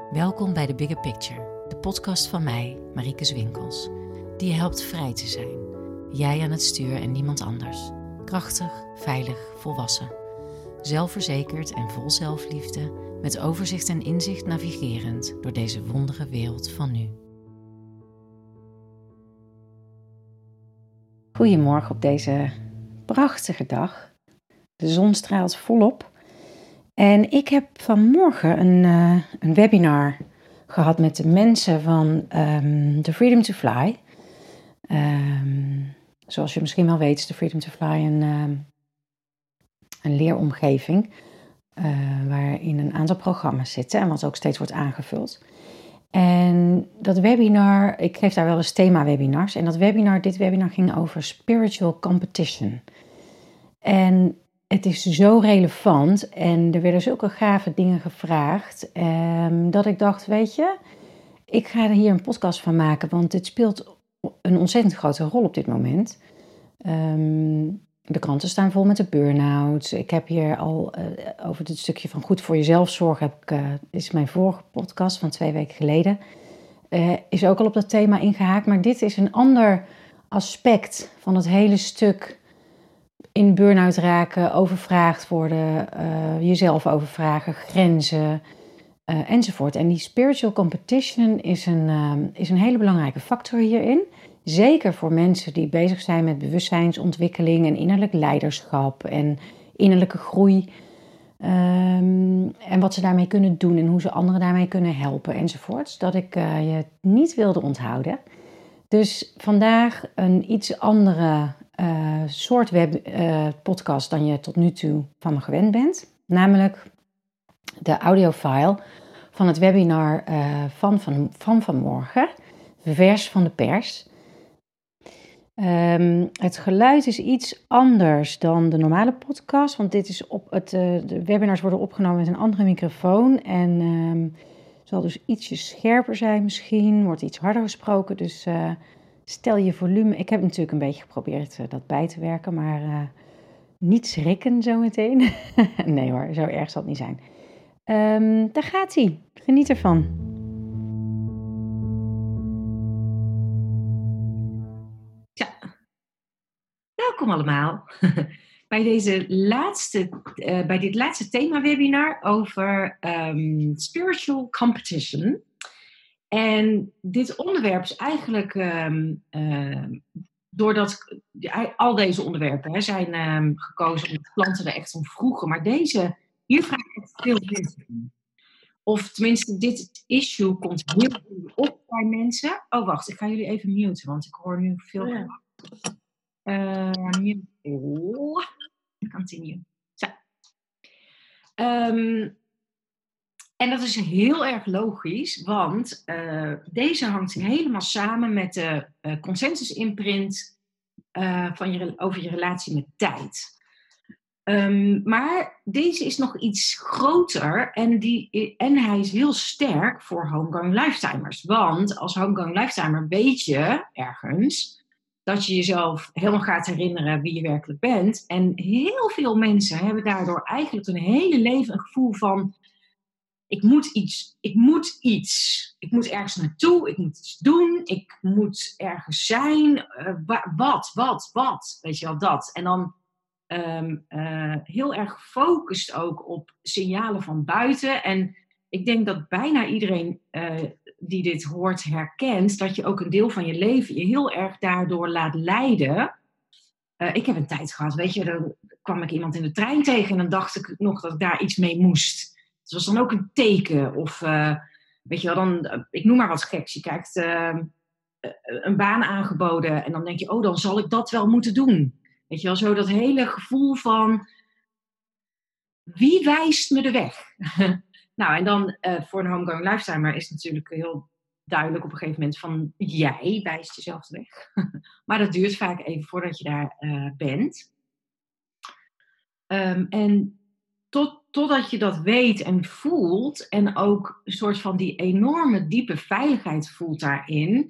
Welkom bij The Bigger Picture, de podcast van mij, Marieke Zwinkels, die je helpt vrij te zijn. Jij aan het stuur en niemand anders. Krachtig, veilig, volwassen. Zelfverzekerd en vol zelfliefde, met overzicht en inzicht navigerend door deze wondere wereld van nu. Goedemorgen op deze prachtige dag. De zon straalt volop. En ik heb vanmorgen een webinar gehad met de mensen van The Freedom to Fly. Zoals je misschien wel weet is The Freedom to Fly een leeromgeving waarin een aantal programma's zitten en wat ook steeds wordt aangevuld. En dat webinar, ik geef daar wel eens thema-webinars. En dit webinar ging over spiritual competition. En het is zo relevant en er werden zulke gave dingen gevraagd, dat ik dacht, weet je, ik ga er hier een podcast van maken, want dit speelt een ontzettend grote rol op dit moment. De kranten staan vol met de burn-out. Ik heb hier al over dit stukje van goed voor jezelf zorgen, dit is mijn vorige podcast van 2 weken geleden, is ook al op dat thema ingehaakt, maar dit is een ander aspect van het hele stuk in burn-out raken, overvraagd worden, jezelf overvragen, grenzen enzovoort. En die spiritual competition is een hele belangrijke factor hierin. Zeker voor mensen die bezig zijn met bewustzijnsontwikkeling en innerlijk leiderschap en innerlijke groei. En wat ze daarmee kunnen doen en hoe ze anderen daarmee kunnen helpen enzovoort. Dat ik je niet wilde onthouden. Dus vandaag een iets andere soort podcast dan je tot nu toe van me gewend bent. Namelijk de audiofile van het webinar van vanmorgen, vers van de pers. Het geluid is iets anders dan de normale podcast, want dit is de webinars worden opgenomen met een andere microfoon en zal dus ietsje scherper zijn misschien, wordt iets harder gesproken, dus stel je volume. Ik heb natuurlijk een beetje geprobeerd dat bij te werken, maar niet schrikken zometeen. Nee hoor, zo erg zal het niet zijn. Daar gaat hij. Geniet ervan. Ja, welkom allemaal bij dit laatste thema-webinar over spiritual competition. En dit onderwerp is eigenlijk, doordat al deze onderwerpen zijn gekozen omdat klanten er echt om vroegen, maar hier vraag ik echt veel mensen. Of tenminste, dit issue komt heel veel op bij mensen. Oh, wacht, ik ga jullie even muten, want ik hoor nu veel. Continue. Zo. En dat is heel erg logisch, want deze hangt helemaal samen met de consensus-imprint over je relatie met tijd. Maar deze is nog iets groter en hij is heel sterk voor homegoing lifetimers. Want als homegoing lifetimer weet je ergens dat je jezelf helemaal gaat herinneren wie je werkelijk bent. En heel veel mensen hebben daardoor eigenlijk hun hele leven een gevoel van: ik moet iets. Ik moet ergens naartoe. Ik moet iets doen. Ik moet ergens zijn. Wat? Weet je wel, dat. En dan heel erg gefocust ook op signalen van buiten. En ik denk dat bijna iedereen die dit hoort herkent, dat je ook een deel van je leven je heel erg daardoor laat leiden. Ik heb een tijd gehad, weet je, dan kwam ik iemand in de trein tegen en dan dacht ik nog dat ik daar iets mee moest. Het was dan ook een teken. Of, weet je wel, dan, ik noem maar wat geks. Je krijgt een baan aangeboden en dan denk je, oh, dan zal ik dat wel moeten doen. Weet je wel, zo dat hele gevoel van: wie wijst me de weg? Nou, en dan voor een homegoing lifetimer is het natuurlijk heel duidelijk op een gegeven moment van: jij wijst jezelf de weg. Maar dat duurt vaak even voordat je daar bent. En totdat je dat weet en voelt en ook een soort van die enorme diepe veiligheid voelt daarin,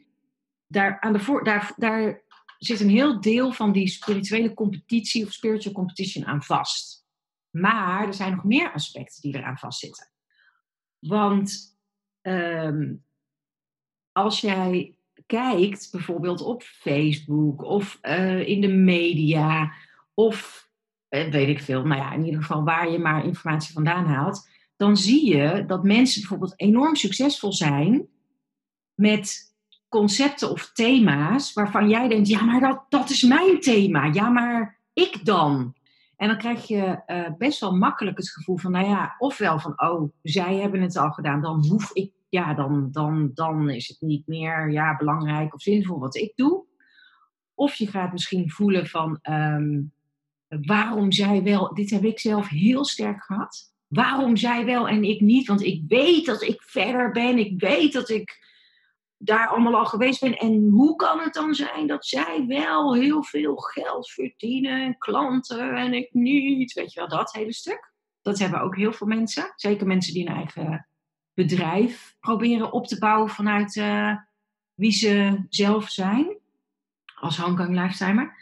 daar zit een heel deel van die spirituele competitie of spiritual competition aan vast. Maar er zijn nog meer aspecten die eraan vastzitten. Want als jij kijkt bijvoorbeeld op Facebook of in de media of weet ik veel, nou ja, in ieder geval waar je maar informatie vandaan haalt, dan zie je dat mensen bijvoorbeeld enorm succesvol zijn met concepten of thema's waarvan jij denkt, ja, maar dat is mijn thema. Ja, maar ik dan? En dan krijg je best wel makkelijk het gevoel van, nou ja, ofwel van, oh, zij hebben het al gedaan, dan hoef ik, ja, dan is het niet meer belangrijk of zinvol wat ik doe. Of je gaat misschien voelen van, waarom zij wel, dit heb ik zelf heel sterk gehad. Waarom zij wel en ik niet? Want ik weet dat ik verder ben. Ik weet dat ik daar allemaal al geweest ben. En hoe kan het dan zijn dat zij wel heel veel geld verdienen en klanten en ik niet? Weet je wel, dat hele stuk. Dat hebben ook heel veel mensen. Zeker mensen die een eigen bedrijf proberen op te bouwen vanuit wie ze zelf zijn. Als Hongkong Lifetimer.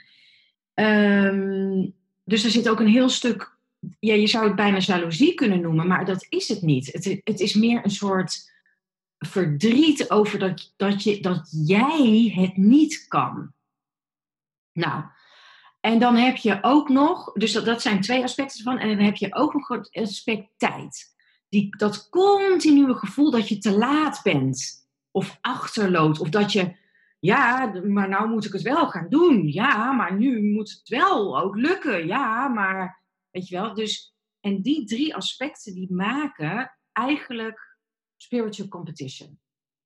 Dus er zit ook een heel stuk, ja, je zou het bijna jaloezie kunnen noemen, maar dat is het niet. Het is meer een soort verdriet over dat jij het niet kan. Nou, en dan heb je ook nog, dus dat zijn 2 aspecten van, en dan heb je ook nog het aspect tijd. Dat continue gevoel dat je te laat bent, of achterloopt, of dat je, ja, maar nou moet ik het wel gaan doen. Ja, maar nu moet het wel ook lukken. Ja, maar, weet je wel, dus, en die 3 aspecten die maken eigenlijk spiritual competition.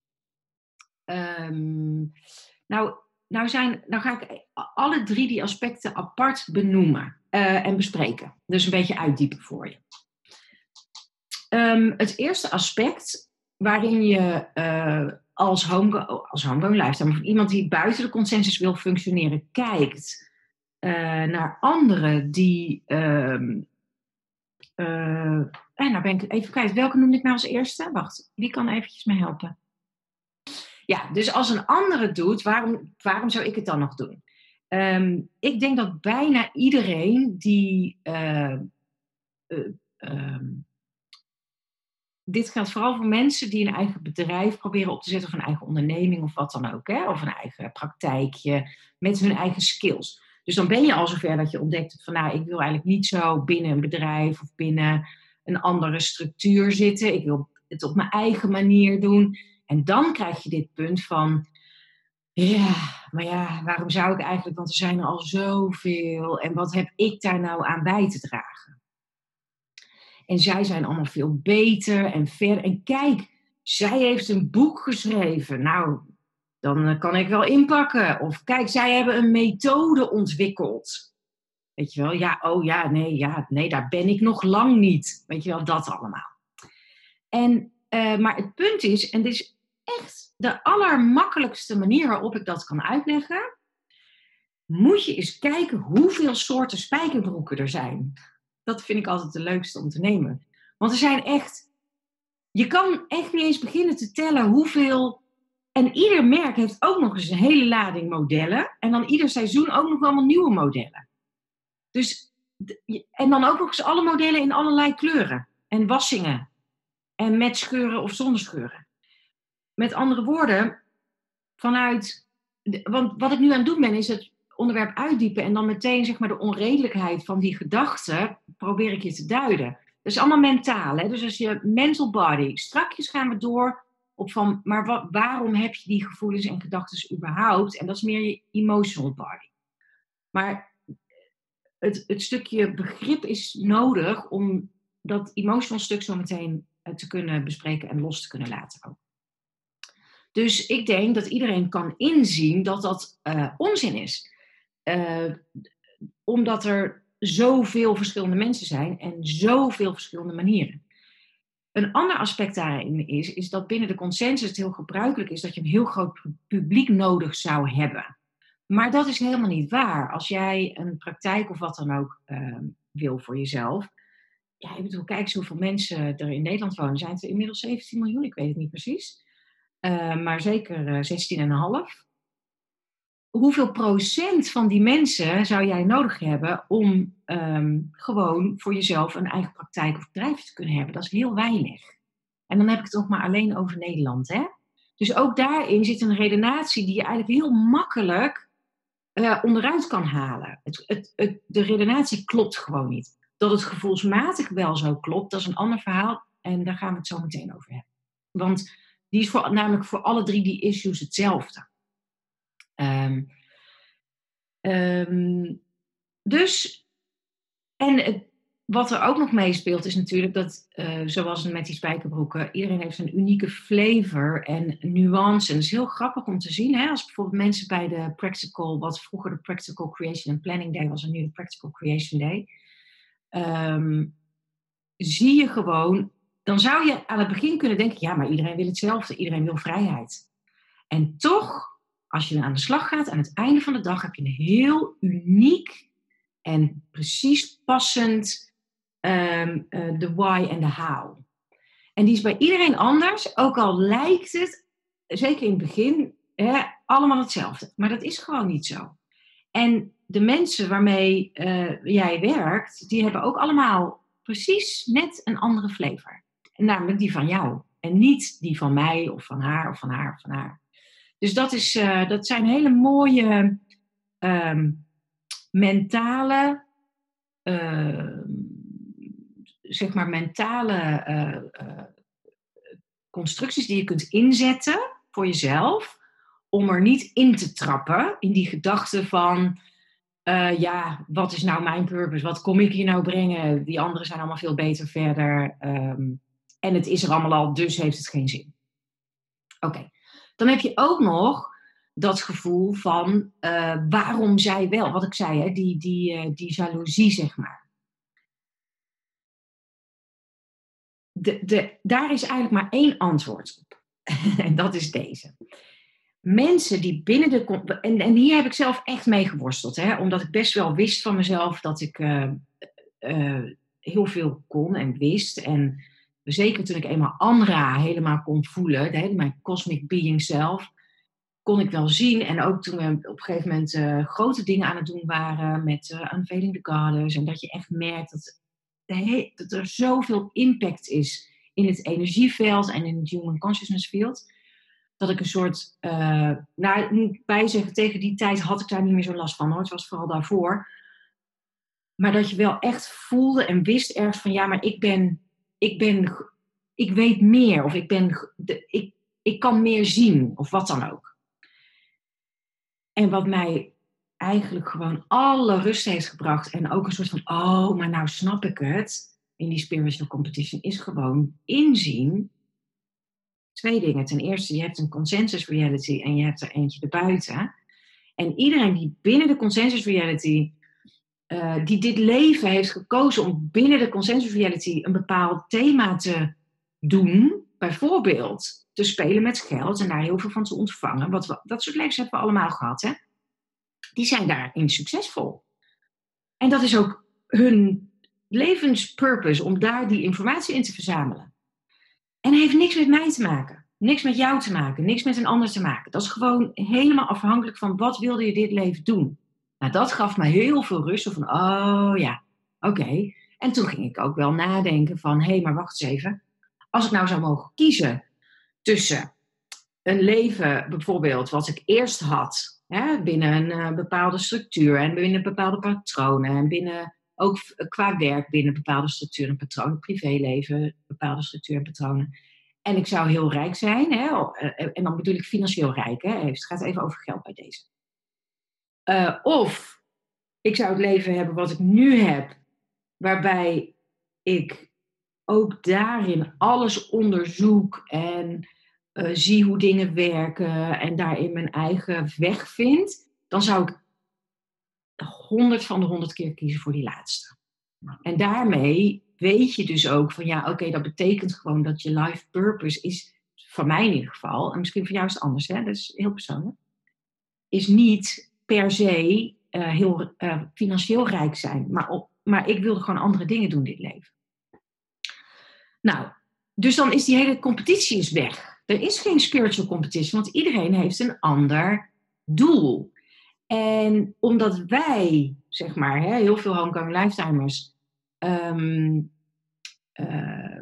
Nou ga ik alle 3 die aspecten apart benoemen en bespreken. Dus een beetje uitdiepen voor je. Het eerste aspect waarin je als Hongkong Lifetimer, of iemand die buiten de consensus wil functioneren, kijkt naar anderen die... nou ben ik even kwijt. Welke noemde ik nou als eerste? Wacht, wie kan eventjes me helpen? Ja, dus als een ander het doet, waarom zou ik het dan nog doen? Ik denk dat bijna iedereen die... dit geldt vooral voor mensen die een eigen bedrijf proberen op te zetten, of een eigen onderneming of wat dan ook. Hè? Of een eigen praktijkje met hun eigen skills. Dus dan ben je al zover dat je ontdekt van, nou, ik wil eigenlijk niet zo binnen een bedrijf of binnen een andere structuur zitten. Ik wil het op mijn eigen manier doen. En dan krijg je dit punt van, ja, maar ja, waarom zou ik eigenlijk, want er zijn er al zoveel. En wat heb ik daar nou aan bij te dragen? En zij zijn allemaal veel beter en verder. En kijk, zij heeft een boek geschreven. Nou, dan kan ik wel inpakken. Of kijk, zij hebben een methode ontwikkeld. Weet je wel, ja, oh ja, nee, daar ben ik nog lang niet. Weet je wel, dat allemaal. En, maar het punt is, en dit is echt de allermakkelijkste manier waarop ik dat kan uitleggen. Moet je eens kijken hoeveel soorten spijkerbroeken er zijn. Dat vind ik altijd de leukste om te nemen. Want er zijn echt... Je kan echt niet eens beginnen te tellen hoeveel... En ieder merk heeft ook nog eens een hele lading modellen. En dan ieder seizoen ook nog allemaal nieuwe modellen. Dus, en dan ook nog eens alle modellen in allerlei kleuren. En wassingen. En met scheuren of zonder scheuren. Met andere woorden, want wat ik nu aan het doen ben, is het onderwerp uitdiepen en dan meteen zeg maar de onredelijkheid van die gedachten probeer ik je te duiden. Dat is allemaal mentaal, hè? Dus als je mental body, strakjes gaan we door op van, maar waarom heb je die gevoelens en gedachten überhaupt? En dat is meer je emotional body. Maar het stukje begrip is nodig om dat emotional stuk zo meteen te kunnen bespreken en los te kunnen laten ook. Dus ik denk dat iedereen kan inzien dat dat onzin is. Omdat er zoveel verschillende mensen zijn en zoveel verschillende manieren. Een ander aspect daarin is dat binnen de consensus het heel gebruikelijk is dat je een heel groot publiek nodig zou hebben. Maar dat is helemaal niet waar. Als jij een praktijk of wat dan ook wil voor jezelf. Ja, ik bedoel, kijk eens hoeveel mensen er in Nederland wonen. Zijn het er inmiddels 17 miljoen? Ik weet het niet precies. Maar zeker 16,5. Hoeveel procent van die mensen zou jij nodig hebben om gewoon voor jezelf een eigen praktijk of bedrijf te kunnen hebben? Dat is heel weinig. En dan heb ik het nog maar alleen over Nederland, hè. Dus ook daarin zit een redenatie die je eigenlijk heel makkelijk onderuit kan halen. De redenatie klopt gewoon niet. Dat het gevoelsmatig wel zo klopt, dat is een ander verhaal. En daar gaan we het zo meteen over hebben. Want die is namelijk voor alle 3 die issues hetzelfde. Dus, en wat er ook nog meespeelt is natuurlijk dat, zoals met die spijkerbroeken, iedereen heeft een unieke flavor en nuance. En dat is heel grappig om te zien, hè? Als bijvoorbeeld mensen bij de Practical, wat vroeger de Practical Creation and Planning Day was en nu de Practical Creation Day, zie je gewoon, dan zou je aan het begin kunnen denken, ja, maar iedereen wil hetzelfde, iedereen wil vrijheid. En toch, als je aan de slag gaat, aan het einde van de dag heb je een heel uniek en precies passend de why en de how. En die is bij iedereen anders, ook al lijkt het, zeker in het begin, allemaal hetzelfde. Maar dat is gewoon niet zo. En de mensen waarmee jij werkt, die hebben ook allemaal precies net een andere flavor. Namelijk die van jou. En niet die van mij of van haar of van haar of van haar. Dus dat zijn hele mooie mentale constructies die je kunt inzetten voor jezelf, om er niet in te trappen in die gedachte van, wat is nou mijn purpose? Wat kom ik hier nou brengen? Die anderen zijn allemaal veel beter verder. En het is er allemaal al, dus heeft het geen zin. Oké. Dan heb je ook nog dat gevoel van waarom zij wel. Wat ik zei, hè, die jaloezie, zeg maar. Daar is eigenlijk maar 1 antwoord op. En dat is deze. Mensen die binnen de... En hier heb ik zelf echt mee geworsteld. Hè, omdat ik best wel wist van mezelf dat ik heel veel kon en wist. En zeker toen ik eenmaal Andra helemaal kon voelen, mijn cosmic being zelf, kon ik wel zien. En ook toen we op een gegeven moment grote dingen aan het doen waren met Unveiling the Goddess. En dat je echt merkt dat er zoveel impact is in het energieveld en in het human consciousness field. Dat ik een soort, ik moet bijzeggen, tegen die tijd had ik daar niet meer zo last van, hoor. Het was vooral daarvoor. Maar dat je wel echt voelde en wist ergens van, ja, maar ik weet meer. Of ik kan meer zien. Of wat dan ook. En wat mij eigenlijk gewoon alle rust heeft gebracht. En ook een soort van, maar nou snap ik het. In die spiritual competition is gewoon inzien. 2 dingen. Ten eerste, je hebt een consensus reality en je hebt er eentje erbuiten. En iedereen die binnen de consensus reality, die dit leven heeft gekozen om binnen de consensus reality een bepaald thema te doen, bijvoorbeeld te spelen met geld en daar heel veel van te ontvangen, dat soort levens hebben we allemaal gehad, hè? Die zijn daarin succesvol. En dat is ook hun levenspurpose, om daar die informatie in te verzamelen. En heeft niks met mij te maken. Niks met jou te maken. Niks met een ander te maken. Dat is gewoon helemaal afhankelijk van wat wilde je dit leven doen. Nou, dat gaf me heel veel rust. Van, oké. En toen ging ik ook wel nadenken van, maar wacht eens even. Als ik nou zou mogen kiezen tussen een leven bijvoorbeeld wat ik eerst had, binnen een bepaalde structuur en binnen bepaalde patronen en binnen ook qua werk binnen bepaalde structuren en patronen, privéleven, bepaalde structuren en patronen. En ik zou heel rijk zijn, en dan bedoel ik financieel rijk, het gaat even over geld bij deze. Of ik zou het leven hebben wat ik nu heb, waarbij ik ook daarin alles onderzoek en zie hoe dingen werken en daarin mijn eigen weg vind, dan zou ik 100 van de 100 keer kiezen voor die laatste. En daarmee weet je dus ook van dat betekent gewoon dat je life purpose is, voor mij in ieder geval, en misschien voor jou is het anders, dat is heel persoonlijk, is niet per se heel financieel rijk zijn, maar ik wilde gewoon andere dingen doen in dit leven. Nou, dus dan is die hele competitie is weg. Er is geen spiritual competition, want iedereen heeft een ander doel. En omdat wij, zeg maar, heel veel Hong Kong lifetimers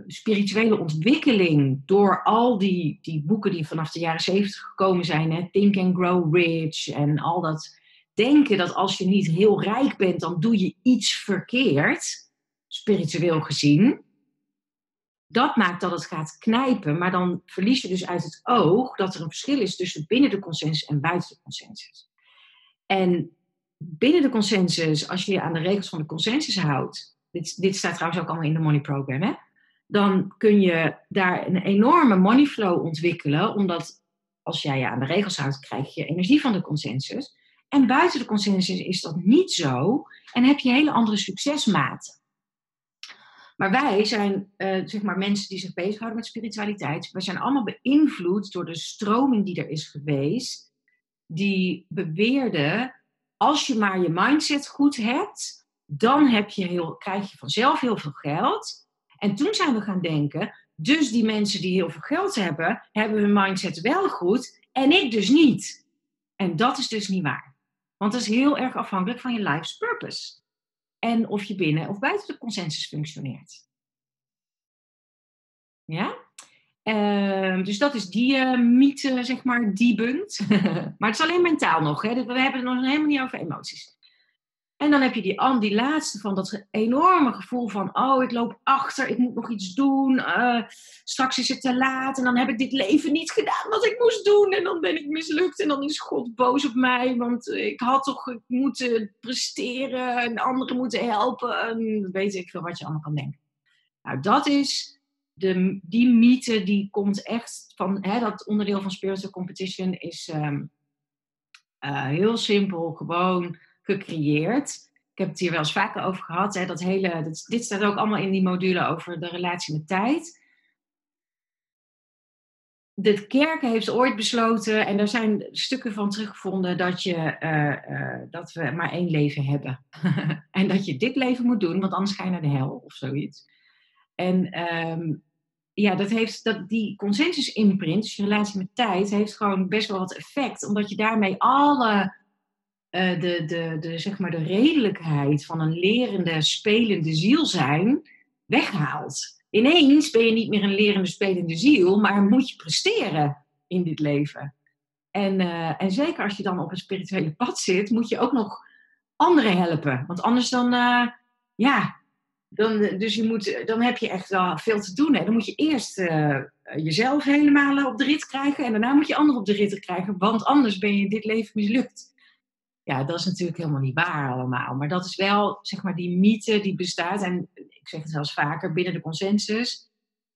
spirituele ontwikkeling door al die boeken die vanaf de jaren 70 gekomen zijn. Hè, Think and Grow Rich en al dat denken dat als je niet heel rijk bent, dan doe je iets verkeerd, spiritueel gezien. Dat maakt dat het gaat knijpen, maar dan verlies je dus uit het oog dat er een verschil is tussen binnen de consensus en buiten de consensus. En binnen de consensus, als je je aan de regels van de consensus houdt, dit staat trouwens ook allemaal in de Money Program, hè? Dan kun je daar een enorme money flow ontwikkelen, omdat als jij je aan de regels houdt, krijg je energie van de consensus. En buiten de consensus is dat niet zo en heb je hele andere succesmaten. Maar wij zijn zeg maar mensen die zich bezighouden met spiritualiteit. We zijn allemaal beïnvloed door de stroming die er is geweest. Die beweerde, als je maar je mindset goed hebt, dan krijg je vanzelf heel veel geld. En toen zijn we gaan denken, dus die mensen die heel veel geld hebben, hebben hun mindset wel goed en ik dus niet. En dat is dus niet waar. Want dat is heel erg afhankelijk van je life's purpose. En of je binnen of buiten de consensus functioneert. Ja? Dus dat is die mythe, zeg maar, debunked. Maar het is alleen mentaal nog. Hè? We hebben het nog helemaal niet over emoties. En dan heb je die laatste van dat enorme gevoel van, oh, ik loop achter, ik moet nog iets doen. Straks is het te laat en dan heb ik dit leven niet gedaan wat ik moest doen. En dan ben ik mislukt en dan is God boos op mij. Want ik had toch moeten presteren en anderen moeten helpen. En weet ik veel wat je allemaal kan denken. Nou, dat is die mythe die komt echt van, dat onderdeel van Spiritual Competition is heel simpel, gewoon gecreëerd. Ik heb het hier wel eens vaker over gehad. Hè, dit staat ook allemaal in die module over de relatie met tijd. De kerk heeft ooit besloten, en daar zijn stukken van teruggevonden, dat we maar 1 leven hebben. En dat je dit leven moet doen, want anders ga je naar de hel of zoiets. En die consensus imprint, dus je relatie met tijd, heeft gewoon best wel wat effect. Omdat je daarmee alle zeg maar de redelijkheid van een lerende, spelende ziel zijn weghaalt. Ineens ben je niet meer een lerende, spelende ziel, maar moet je presteren in dit leven. En zeker als je dan op een spirituele pad zit, moet je ook nog anderen helpen. Want anders dan heb je echt wel veel te doen. Hè. Dan moet je eerst jezelf helemaal op de rit krijgen en daarna moet je anderen op de rit krijgen, want anders ben je in dit leven mislukt. Ja, dat is natuurlijk helemaal niet waar allemaal. Maar dat is wel, zeg maar, die mythe die bestaat. En ik zeg het zelfs vaker, binnen de consensus.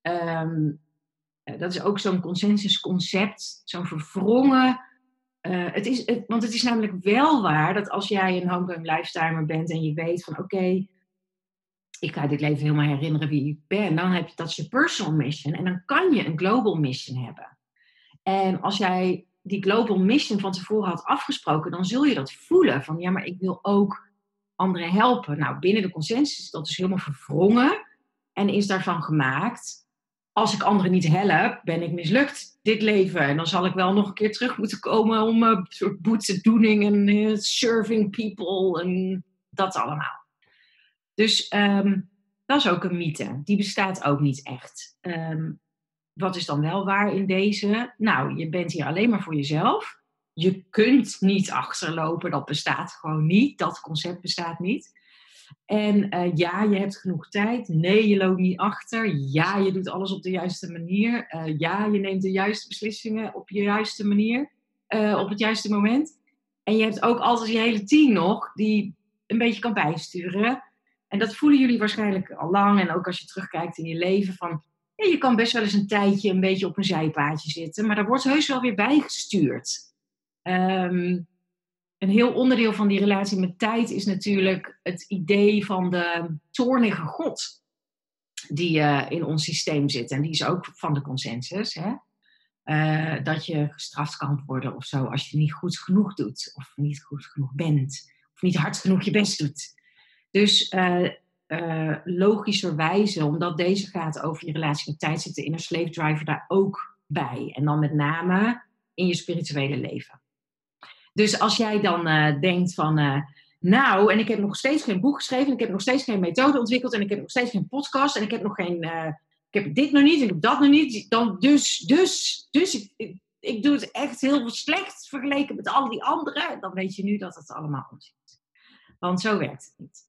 Dat is ook zo'n consensusconcept. Zo'n verwrongen. Want het is namelijk wel waar dat als jij een homegrown lifetimer bent en je weet van oké, ik ga dit leven helemaal herinneren wie ik ben. Dan heb je, dat is je personal mission. En dan kan je een global mission hebben. En als jij die global mission van tevoren had afgesproken, dan zul je dat voelen. Van ja, maar ik wil ook anderen helpen. Nou, binnen de consensus is dat dus helemaal verwrongen. En is daarvan gemaakt, als ik anderen niet help, ben ik mislukt dit leven. En dan zal ik wel nog een keer terug moeten komen om een soort boetedoening en serving people en dat allemaal. Dus dat is ook een mythe. Die bestaat ook niet echt. Wat is dan wel waar in deze? Nou, je bent hier alleen maar voor jezelf. Je kunt niet achterlopen, dat bestaat gewoon niet. Dat concept bestaat niet. En ja, je hebt genoeg tijd. Nee, je loopt niet achter. Ja, je doet alles op de juiste manier. Ja, je neemt de juiste beslissingen op je juiste manier. Op het juiste moment. En je hebt ook altijd je hele team nog die een beetje kan bijsturen. En dat voelen jullie waarschijnlijk al lang. En ook als je terugkijkt in je leven van, ja, je kan best wel eens een tijdje een beetje op een zijpaadje zitten. Maar daar wordt heus wel weer bijgestuurd. Een heel onderdeel van die relatie met tijd is natuurlijk het idee van de toornige God. Die in ons systeem zit. En die is ook van de consensus. Hè? Dat je gestraft kan worden of zo als je niet goed genoeg doet. Of niet goed genoeg bent. Of niet hard genoeg je best doet. Dus logischerwijze, omdat deze gaat over je relatie met tijd, zit de inner slave driver daar ook bij. En dan met name in je spirituele leven. Dus als jij dan denkt van, en ik heb nog steeds geen boek geschreven, en ik heb nog steeds geen methode ontwikkeld, en ik heb nog steeds geen podcast, en ik heb nog geen ik heb dit nog niet, ik heb dat nog niet. Dus ik doe het echt heel veel slecht vergeleken met al die anderen. Dan weet je nu dat het allemaal onzin is. Want zo werkt het niet.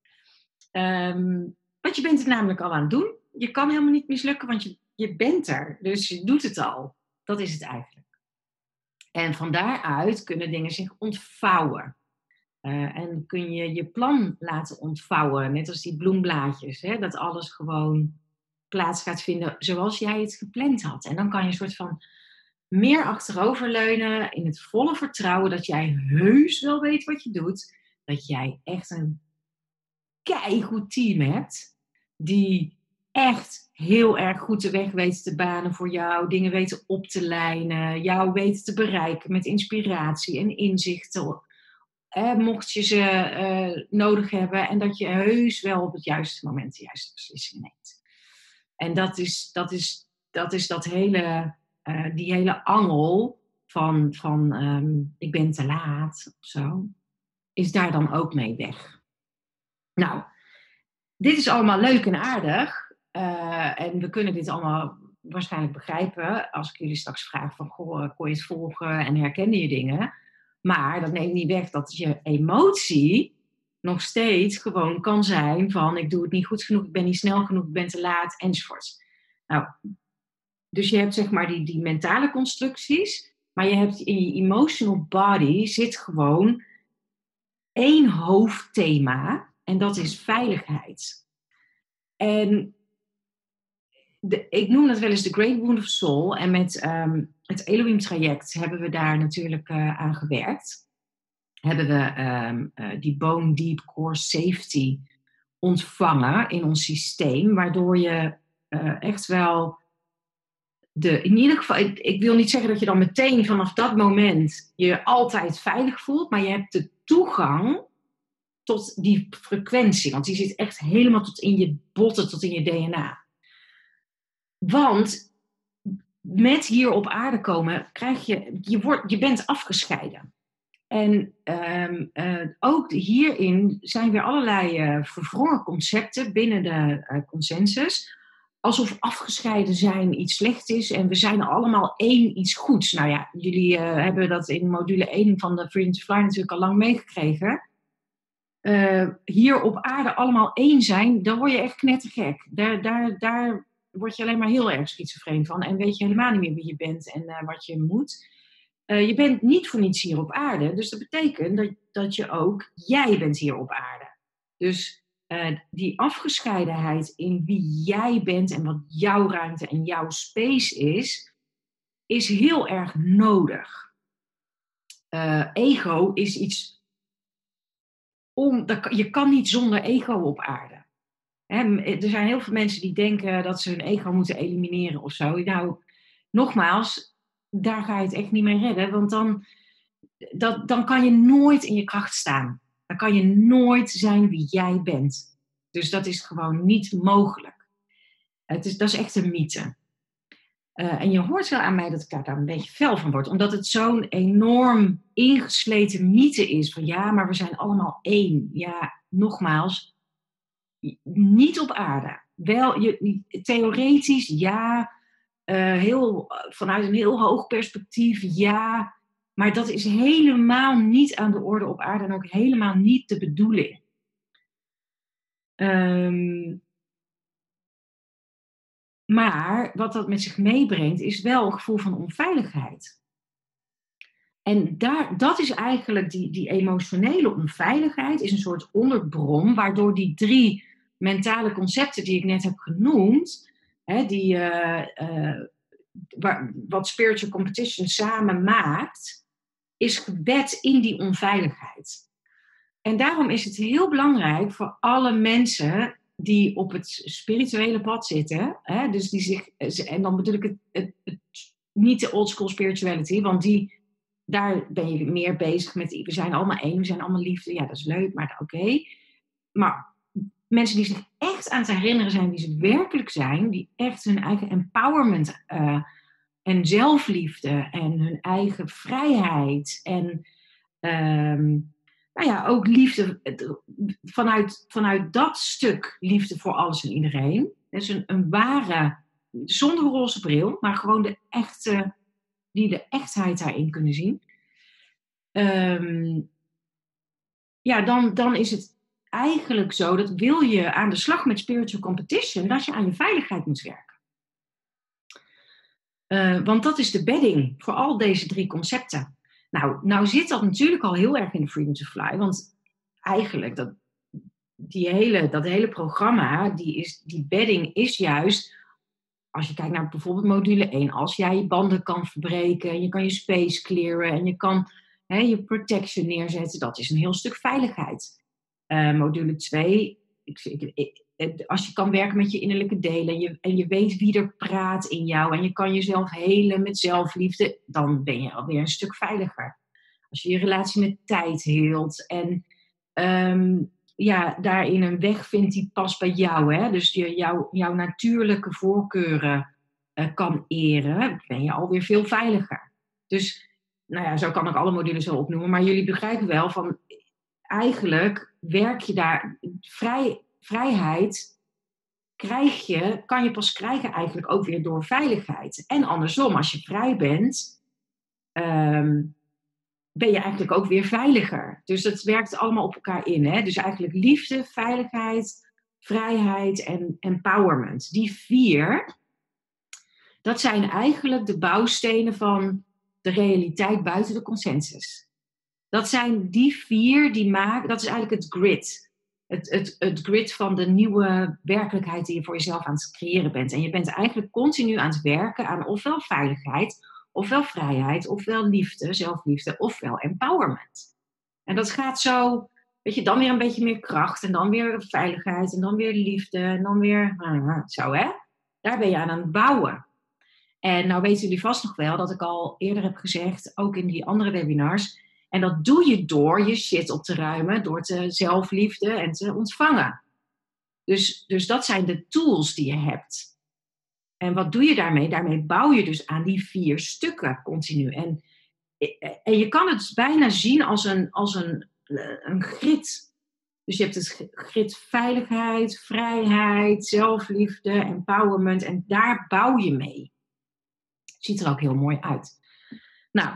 Want je bent het namelijk al aan het doen. Je kan helemaal niet mislukken, want je bent er. Dus je doet het al. Dat is het eigenlijk. En van daaruit kunnen dingen zich ontvouwen. En kun je je plan laten ontvouwen. Net als die bloemblaadjes. Hè? Dat alles gewoon plaats gaat vinden zoals jij het gepland had. En dan kan je een soort van meer achteroverleunen in het volle vertrouwen dat jij heus wel weet wat je doet. Dat jij echt een keigoed team hebt die echt heel erg goed de weg weten te banen voor jou, dingen weten op te lijnen, jou weten te bereiken met inspiratie en inzichten, mocht je ze nodig hebben, en dat je heus wel op het juiste moment de juiste beslissing neemt. En dat is die hele angel van ik ben te laat of zo, is daar dan ook mee weg. Nou, dit is allemaal leuk en aardig. En we kunnen dit allemaal waarschijnlijk begrijpen als ik jullie straks vraag van, goh, kon je het volgen en herkende je dingen? Maar dat neemt niet weg dat je emotie nog steeds gewoon kan zijn van, ik doe het niet goed genoeg, ik ben niet snel genoeg, ik ben te laat, enzovoort. Nou, dus je hebt zeg maar die mentale constructies, maar je hebt in je emotional body zit gewoon één hoofdthema en dat is veiligheid. En ik noem dat wel eens de Great Wound of Soul. En met het Elohim-traject hebben we daar natuurlijk aan gewerkt. Hebben we die Bone Deep Core Safety ontvangen in ons systeem. Waardoor je echt wel in ieder geval, ik wil niet zeggen dat je dan meteen vanaf dat moment je altijd veilig voelt. Maar je hebt de toegang tot die frequentie. Want die zit echt helemaal tot in je botten, tot in je DNA. Want met hier op aarde komen krijg je bent afgescheiden. En ook hierin zijn weer allerlei verwrongen concepten binnen de consensus. Alsof afgescheiden zijn iets slecht is en we zijn allemaal één iets goeds. Nou ja, jullie hebben dat in module 1 van de Freedom to Fly natuurlijk al lang meegekregen. Hier op aarde allemaal één zijn, dan word je echt knettergek. Daar word je alleen maar heel erg schizofreen van. En weet je helemaal niet meer wie je bent en wat je moet. Je bent niet voor niets hier op aarde. Dus dat betekent dat je ook, jij bent hier op aarde. Dus die afgescheidenheid in wie jij bent en wat jouw ruimte en jouw space is heel erg nodig. Ego is iets... je kan niet zonder ego op aarde. Er zijn heel veel mensen die denken dat ze hun ego moeten elimineren of zo. Nou, nogmaals, daar ga je het echt niet mee redden. Want dan kan je nooit in je kracht staan. Dan kan je nooit zijn wie jij bent. Dus dat is gewoon niet mogelijk. Dat is echt een mythe. En je hoort wel aan mij dat ik daar een beetje fel van word. Omdat het zo'n enorm ingesleten mythe is. Van ja, maar we zijn allemaal één. Ja, nogmaals, niet op aarde. Wel, theoretisch, ja. Vanuit een heel hoog perspectief, ja. Maar dat is helemaal niet aan de orde op aarde. En ook helemaal niet de bedoeling. Maar wat dat met zich meebrengt, is wel een gevoel van onveiligheid. En dat is eigenlijk die emotionele onveiligheid, is een soort onderbron, waardoor die 3 mentale concepten die ik net heb genoemd, wat spiritual competition samen maakt, is gebed in die onveiligheid. En daarom is het heel belangrijk voor alle mensen die op het spirituele pad zitten, dus en dan bedoel ik het niet de old school spirituality, want daar ben je meer bezig met, we zijn allemaal één, we zijn allemaal liefde, ja dat is leuk, maar oké. Maar mensen die zich echt aan het herinneren zijn wie ze werkelijk zijn, die echt hun eigen empowerment en zelfliefde en hun eigen vrijheid en ook liefde vanuit dat stuk liefde voor alles en iedereen. Dus een ware zonder roze bril, maar gewoon die de echtheid daarin kunnen zien. Dan is het eigenlijk zo dat wil je aan de slag met spiritual competition, dat je aan je veiligheid moet werken. Want dat is de bedding voor al deze 3 concepten. Nou zit dat natuurlijk al heel erg in de Freedom to Fly, want eigenlijk dat hele programma, die bedding is juist, als je kijkt naar bijvoorbeeld module 1, als jij je banden kan verbreken, je kan je space clearen en je kan je protection neerzetten, dat is een heel stuk veiligheid. Module 2, als je kan werken met je innerlijke delen en je weet wie er praat in jou en je kan jezelf helen met zelfliefde, dan ben je alweer een stuk veiliger. Als je je relatie met tijd heelt en daarin een weg vindt die past bij jou, hè? Dus jouw natuurlijke voorkeuren kan eren, ben je alweer veel veiliger. Dus zo kan ik alle modules wel opnoemen, maar jullie begrijpen wel van, eigenlijk werk je daar, vrijheid kan je pas krijgen eigenlijk ook weer door veiligheid. En andersom, als je vrij bent, ben je eigenlijk ook weer veiliger. Dus dat werkt allemaal op elkaar in. Hè? Dus eigenlijk liefde, veiligheid, vrijheid en empowerment. Die 4, dat zijn eigenlijk de bouwstenen van de realiteit buiten de consensus. Dat zijn die 4 die maken, dat is eigenlijk het grid. Het grid van de nieuwe werkelijkheid die je voor jezelf aan het creëren bent. En je bent eigenlijk continu aan het werken aan ofwel veiligheid, ofwel vrijheid, ofwel liefde, zelfliefde, ofwel empowerment. En dat gaat zo, weet je, dan weer een beetje meer kracht en dan weer veiligheid en dan weer liefde en dan weer zo, hè. Daar ben je aan het bouwen. En nou weten jullie vast nog wel dat ik al eerder heb gezegd, ook in die andere webinars, en dat doe je door je shit op te ruimen, door te zelfliefde en te ontvangen. Dus dat zijn de tools die je hebt. En wat doe je daarmee? Daarmee bouw je dus aan die 4 stukken continu. En je kan het bijna zien als een grid. Dus je hebt het grid veiligheid, vrijheid, zelfliefde, empowerment. En daar bouw je mee. Ziet er ook heel mooi uit. Nou,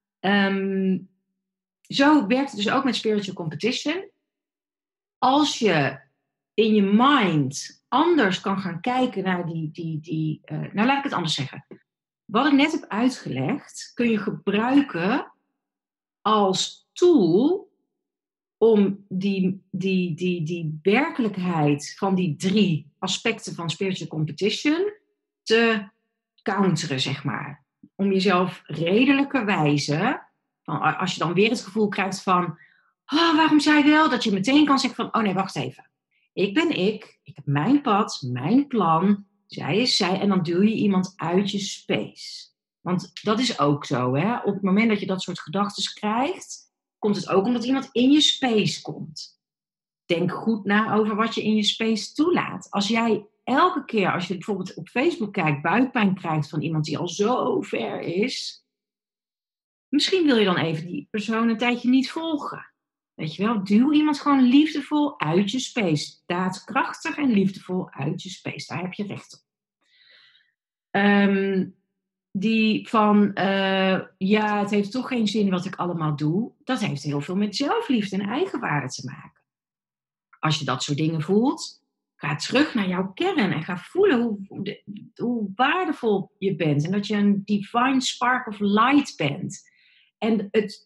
zo werkt het dus ook met spiritual competition. Als je in je mind anders kan gaan kijken naar nou, laat ik het anders zeggen. Wat ik net heb uitgelegd, kun je gebruiken als tool om die werkelijkheid van die 3 aspecten van spiritual competition te counteren, zeg maar. Om jezelf redelijkerwijze, als je dan weer het gevoel krijgt van, waarom zei je wel, dat je meteen kan zeggen van, oh nee, wacht even. Ik ben ik heb mijn pad, mijn plan, zij is zij, en dan duw je iemand uit je space. Want dat is ook zo, hè. Op het moment dat je dat soort gedachten krijgt, komt het ook omdat iemand in je space komt. Denk goed na over wat je in je space toelaat. Als jij elke keer, als je bijvoorbeeld op Facebook kijkt, buikpijn krijgt van iemand die al zo ver is, misschien wil je dan even die persoon een tijdje niet volgen. Weet je wel, duw iemand gewoon liefdevol uit je space. Daadkrachtig en liefdevol uit je space. Daar heb je recht op. Die van, het heeft toch geen zin wat ik allemaal doe. Dat heeft heel veel met zelfliefde en eigenwaarde te maken. Als je dat soort dingen voelt, ga terug naar jouw kern en ga voelen hoe waardevol je bent. En dat je een divine spark of light bent. En het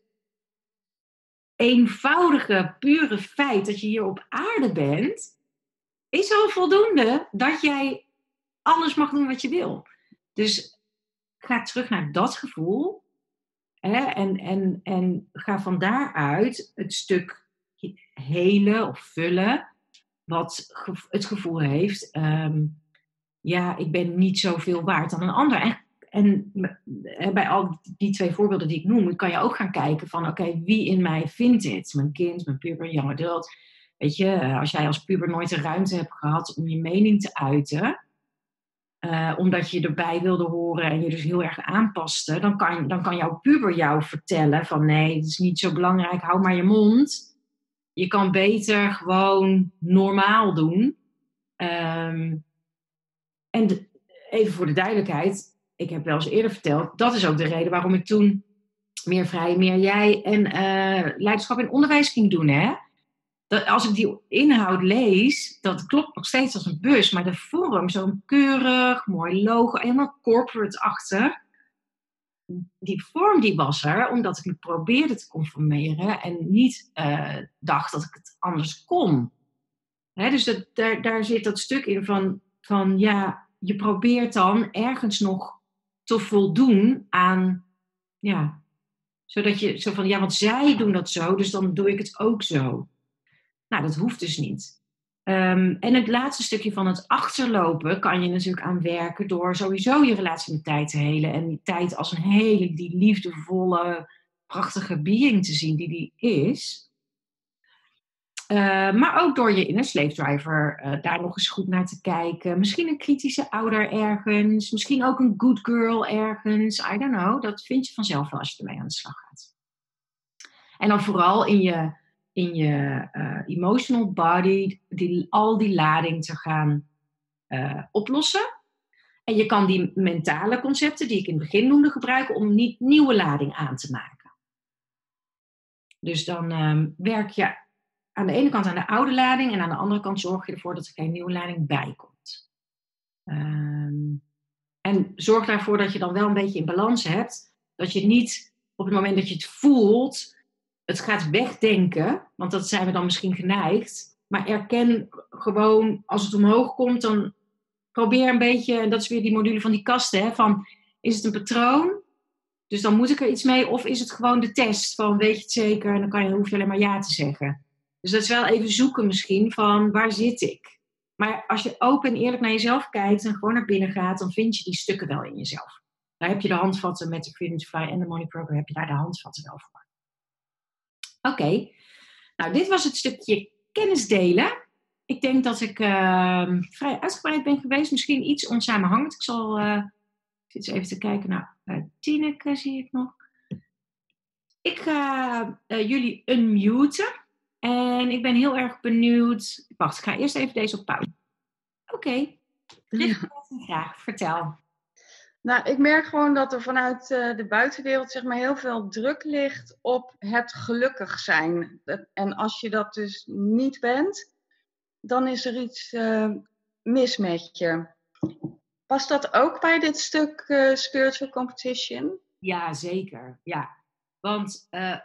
eenvoudige, pure feit dat je hier op aarde bent, is al voldoende dat jij alles mag doen wat je wil. Dus ga terug naar dat gevoel, hè, en ga van daaruit het stuk helen of vullen wat het gevoel heeft, ik ben niet zoveel waard dan een ander. En bij al die 2 voorbeelden die ik noem, kan je ook gaan kijken van, oké, wie in mij vindt dit? Mijn kind, mijn puber, young adult. Weet je, als jij als puber nooit de ruimte hebt gehad om je mening te uiten, omdat je erbij wilde horen en je dus heel erg aanpaste, dan kan jouw puber jou vertellen van, nee, het is niet zo belangrijk, hou maar je mond. Je kan beter gewoon normaal doen. even voor de duidelijkheid, ik heb wel eens eerder verteld, dat is ook de reden waarom ik toen Meer Vrij, Meer Jij en leiderschap in onderwijs ging doen. Hè? Dat, als ik die inhoud lees, dat klopt nog steeds als een bus, maar de vorm, zo'n keurig, mooi logo, helemaal corporate-achtig. Die vorm die was er, omdat ik me probeerde te conformeren en niet dacht dat ik het anders kon. Hè, dus daar zit dat stuk in van ja, je probeert dan ergens nog te voldoen aan, ja, zodat je zo van, ja, want zij doen dat zo, dus dan doe ik het ook zo. Nou, dat hoeft dus niet. En het laatste stukje van het achterlopen kan je natuurlijk aan werken door sowieso je relatie met tijd te helen. En die tijd als een hele, die liefdevolle, prachtige being te zien die is. Maar ook door je inner slave driver daar nog eens goed naar te kijken. Misschien een kritische ouder ergens. Misschien ook een good girl ergens. I don't know. Dat vind je vanzelf wel als je ermee aan de slag gaat. En dan vooral in je emotional body al die lading te gaan oplossen. En je kan die mentale concepten die ik in het begin noemde gebruiken om niet nieuwe lading aan te maken. Dus dan werk je aan de ene kant aan de oude lading en aan de andere kant zorg je ervoor dat er geen nieuwe lading bij komt. En zorg daarvoor dat je dan wel een beetje in balans hebt. Dat je niet op het moment dat je het voelt, het gaat wegdenken. Want dat zijn we dan misschien geneigd. Maar erken gewoon, als het omhoog komt, dan probeer een beetje, en dat is weer die module van die kasten, hè, van is het een patroon? Dus dan moet ik er iets mee, of is het gewoon de test van weet je het zeker en dan hoef je alleen maar ja te zeggen. Dus dat is wel even zoeken misschien van waar zit ik? Maar als je open en eerlijk naar jezelf kijkt en gewoon naar binnen gaat, dan vind je die stukken wel in jezelf. Daar heb je de handvatten met de Freedom to Fly en de Money Program, heb je daar de handvatten wel voor. Oké. Nou dit was het stukje kennis delen. Ik denk dat ik vrij uitgebreid ben geweest, misschien iets onsamenhangend. Ik zal zit eens even te kijken naar Tineke, zie ik nog. Ik ga jullie unmuten. En ik ben heel erg benieuwd. Wacht, ik ga eerst even deze op pauze. Oké. Graag, vertel. Nou, ik merk gewoon dat er vanuit de buitenwereld zeg maar heel veel druk ligt op het gelukkig zijn. En als je dat dus niet bent, dan is er iets mis met je. Past dat ook bij dit stuk spiritual competition? Ja, zeker. Ja. Want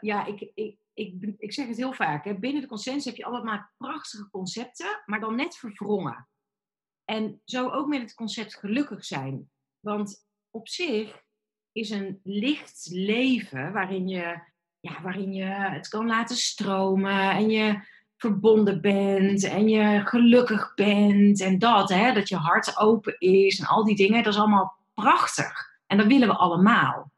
ik zeg het heel vaak. Hè, binnen de consensus heb je altijd maar prachtige concepten, maar dan net verwrongen. En zo ook met het concept gelukkig zijn. Want op zich is een licht leven waarin je het kan laten stromen en je verbonden bent en je gelukkig bent en dat je hart open is en al die dingen, dat is allemaal prachtig. En dat willen we allemaal.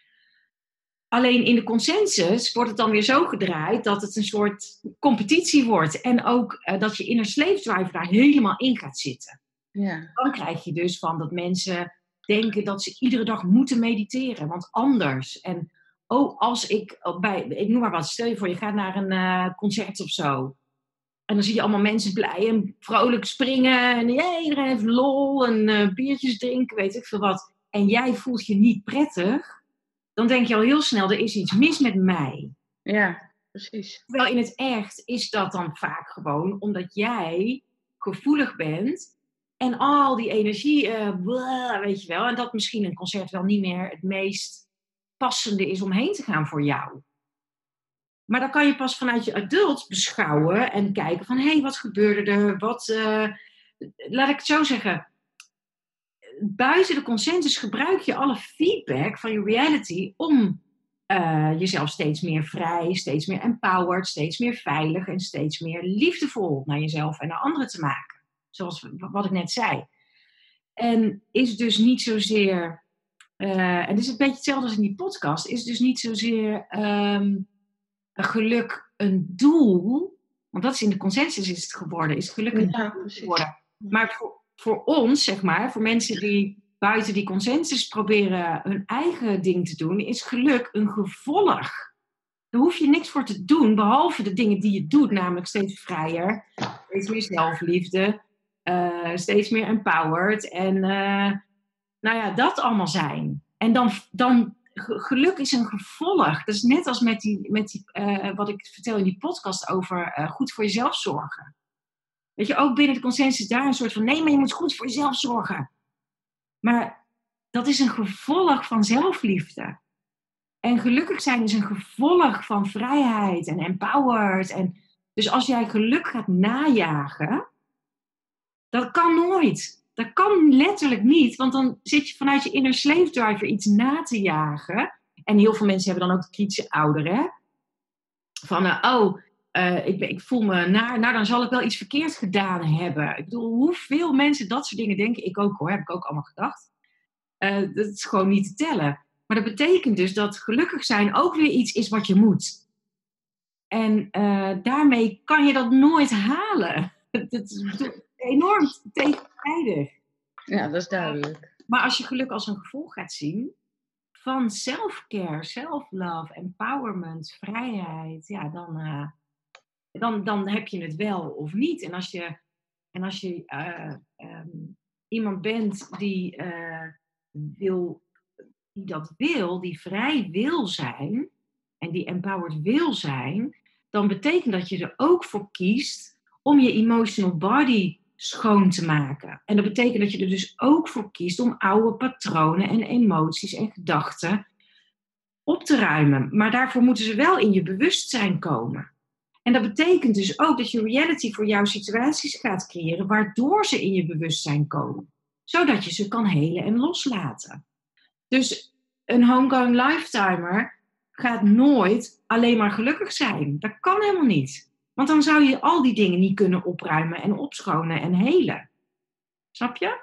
Alleen in de consensus wordt het dan weer zo gedraaid dat het een soort competitie wordt. En ook dat je inner slave driver daar helemaal in gaat zitten. Ja. Dan krijg je dus van dat mensen denken dat ze iedere dag moeten mediteren. Want anders. En als ik noem maar wat, stel je voor je gaat naar een concert of zo. En dan zie je allemaal mensen blij en vrolijk springen. En iedereen heeft lol en biertjes drinken, weet ik veel wat. En jij voelt je niet prettig. Dan denk je al heel snel, er is iets mis met mij. Ja, precies. Terwijl in het echt is dat dan vaak gewoon omdat jij gevoelig bent. En al die energie, weet je wel. En dat misschien een concert wel niet meer het meest passende is om heen te gaan voor jou. Maar dan kan je pas vanuit je adult beschouwen en kijken van, hé, wat gebeurde er? Laat ik het zo zeggen. Buiten de consensus gebruik je alle feedback van je reality om jezelf steeds meer vrij, steeds meer empowered, steeds meer veilig en steeds meer liefdevol naar jezelf en naar anderen te maken. Zoals wat ik net zei. En is dus niet zozeer, en het is een beetje hetzelfde als in die podcast, is dus niet zozeer geluk een doel, want dat is in de consensus is het geworden, is geluk een doel geworden. Maar voor ons, zeg maar, voor mensen die buiten die consensus proberen hun eigen ding te doen, is geluk een gevolg. Daar hoef je niks voor te doen, behalve de dingen die je doet, namelijk steeds vrijer, steeds meer zelfliefde, steeds meer empowered en nou ja, dat allemaal zijn. En dan geluk is een gevolg. Dat is net als met die wat ik vertel in die podcast over goed voor jezelf zorgen. Weet je, ook binnen de consensus daar een soort van, nee, maar je moet goed voor jezelf zorgen. Maar dat is een gevolg van zelfliefde. En gelukkig zijn is een gevolg van vrijheid en empowered. En dus als jij geluk gaat najagen, dat kan nooit. Dat kan letterlijk niet, want dan zit je vanuit je inner slave driver iets na te jagen. En heel veel mensen hebben dan ook de kritische ouder, hè? Van, ik voel me naar, nou dan zal ik wel iets verkeerd gedaan hebben. Ik bedoel, hoeveel mensen dat soort dingen denken, ik ook hoor, heb ik ook allemaal gedacht. Dat is gewoon niet te tellen. Maar dat betekent dus dat gelukkig zijn ook weer iets is wat je moet. En daarmee kan je dat nooit halen. Dat is enorm tegenstrijdig. Ja, dat is duidelijk. Maar als je geluk als een gevolg gaat zien van self-care, self-love, empowerment, vrijheid, ja, dan heb je het wel of niet. En als je iemand bent die dat wil, die vrij wil zijn en die empowered wil zijn, dan betekent dat je er ook voor kiest om je emotional body schoon te maken. En dat betekent dat je er dus ook voor kiest om oude patronen en emoties en gedachten op te ruimen. Maar daarvoor moeten ze wel in je bewustzijn komen. En dat betekent dus ook dat je reality voor jouw situaties gaat creëren, waardoor ze in je bewustzijn komen. Zodat je ze kan helen en loslaten. Dus een homegoing lifetimer gaat nooit alleen maar gelukkig zijn. Dat kan helemaal niet. Want dan zou je al die dingen niet kunnen opruimen en opschonen en helen. Snap je?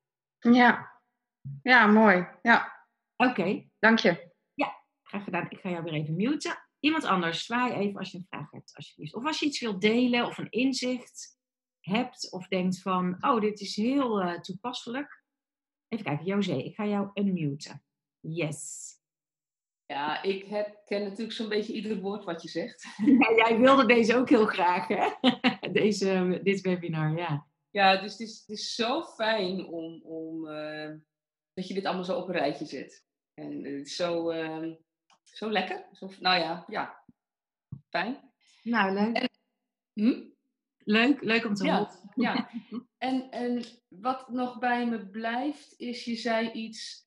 Ja, mooi. Ja. Oké. Dank je. Ja, graag gedaan. Ik ga jou weer even muten. Iemand anders, zwaai even als je een vraag hebt, alsjeblieft. Of als je iets wilt delen of een inzicht hebt of denkt van, oh, dit is heel toepasselijk. Even kijken, José, ik ga jou unmuten. Yes. Ja, ik herken natuurlijk zo'n beetje ieder woord wat je zegt. Ja, jij wilde deze ook heel graag, hè? Dit webinar, ja. Ja, dus het is zo fijn om dat je dit allemaal zo op een rijtje zet. En het is zo lekker. Nou ja, fijn. Nou, leuk. Leuk om te horen. Ja. En wat nog bij me blijft, is je zei iets...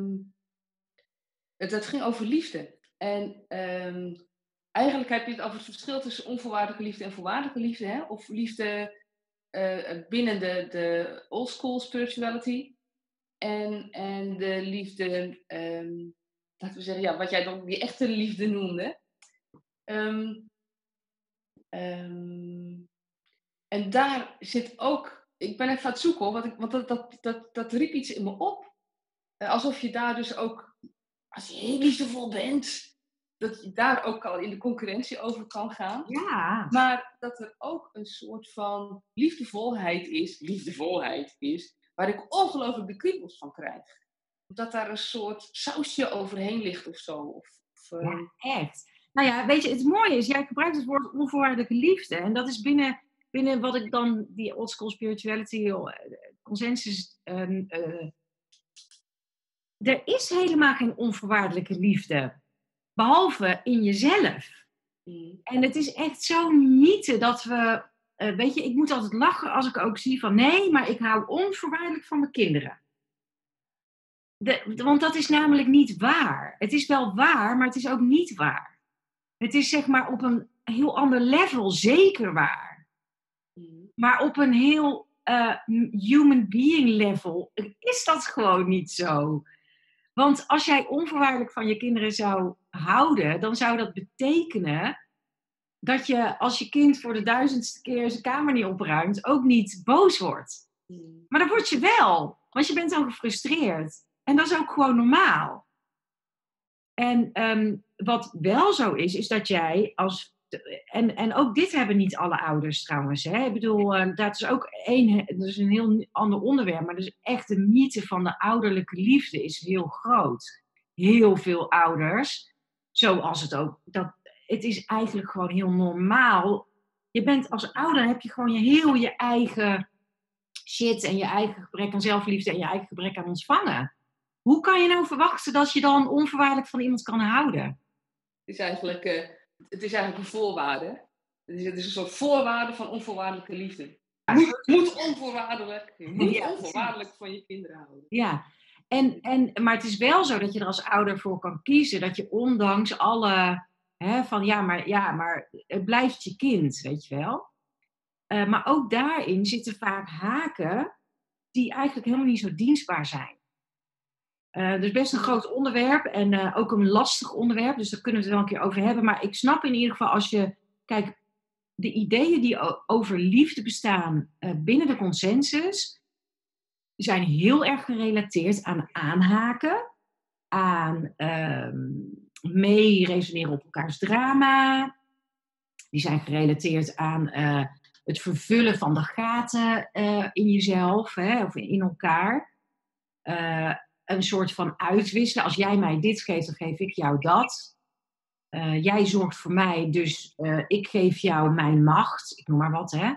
Het ging over liefde. En eigenlijk heb je het over het verschil tussen onvoorwaardelijke liefde en voorwaardelijke liefde. Hè? Of liefde binnen de old school spirituality. En de liefde, laten we zeggen, ja, wat jij dan die echte liefde noemde. En daar zit ook... Ik ben even aan het zoeken hoor, want dat riep iets in me op. Alsof je daar dus ook... Als je heel liefdevol bent, dat je daar ook al in de concurrentie over kan gaan. Ja. Maar dat er ook een soort van liefdevolheid is, waar ik ongelooflijk de kriebels van krijg. Dat daar een soort sausje overheen ligt of zo. Ja, echt. Nou ja, weet je, het mooie is, jij gebruikt het woord onvoorwaardelijke liefde. En dat is binnen wat ik dan, die old school spirituality, consensus... Er is helemaal geen onvoorwaardelijke liefde. Behalve in jezelf. En het is echt zo'n mythe dat we... weet je, ik moet altijd lachen als ik ook zie van... Nee, maar ik hou onvoorwaardelijk van mijn kinderen. Want dat is namelijk niet waar. Het is wel waar, maar het is ook niet waar. Het is zeg maar op een heel ander level zeker waar. Maar op een heel human being level is dat gewoon niet zo. Want als jij onvoorwaardelijk van je kinderen zou houden, dan zou dat betekenen dat je als je kind voor de 1000ste keer zijn kamer niet opruimt, ook niet boos wordt. Maar dan word je wel, want je bent dan gefrustreerd. En dat is ook gewoon normaal. En wat wel zo is dat jij als... En ook dit hebben niet alle ouders trouwens. Hè? Ik bedoel, dat is ook dat is een heel ander onderwerp. Maar dus echt de mythe van de ouderlijke liefde is heel groot. Heel veel ouders, zoals het ook... Het is eigenlijk gewoon heel normaal. Je bent als ouder, heb je gewoon je eigen shit en je eigen gebrek aan zelfliefde en je eigen gebrek aan ontvangen. hoe kan je nou verwachten dat je dan onvoorwaardelijk van iemand kan houden? Het is eigenlijk een voorwaarde. Het is een soort voorwaarde van onvoorwaardelijke liefde. Je moet onvoorwaardelijk van je kinderen houden. Ja, maar het is wel zo dat je er als ouder voor kan kiezen dat je ondanks alle, maar het blijft je kind, weet je wel. Maar ook daarin zitten vaak haken die eigenlijk helemaal niet zo dienstbaar zijn. Dus best een groot onderwerp en ook een lastig onderwerp, dus daar kunnen we het wel een keer over hebben. Maar ik snap in ieder geval kijk, de ideeën die over liefde bestaan binnen de consensus zijn heel erg gerelateerd aan aanhaken, aan mee resoneren op elkaars drama. Die zijn gerelateerd aan het vervullen van de gaten in jezelf of in elkaar. Een soort van uitwisselen. Als jij mij dit geeft, dan geef ik jou dat. Jij zorgt voor mij, dus ik geef jou mijn macht. Ik noem maar wat, hè.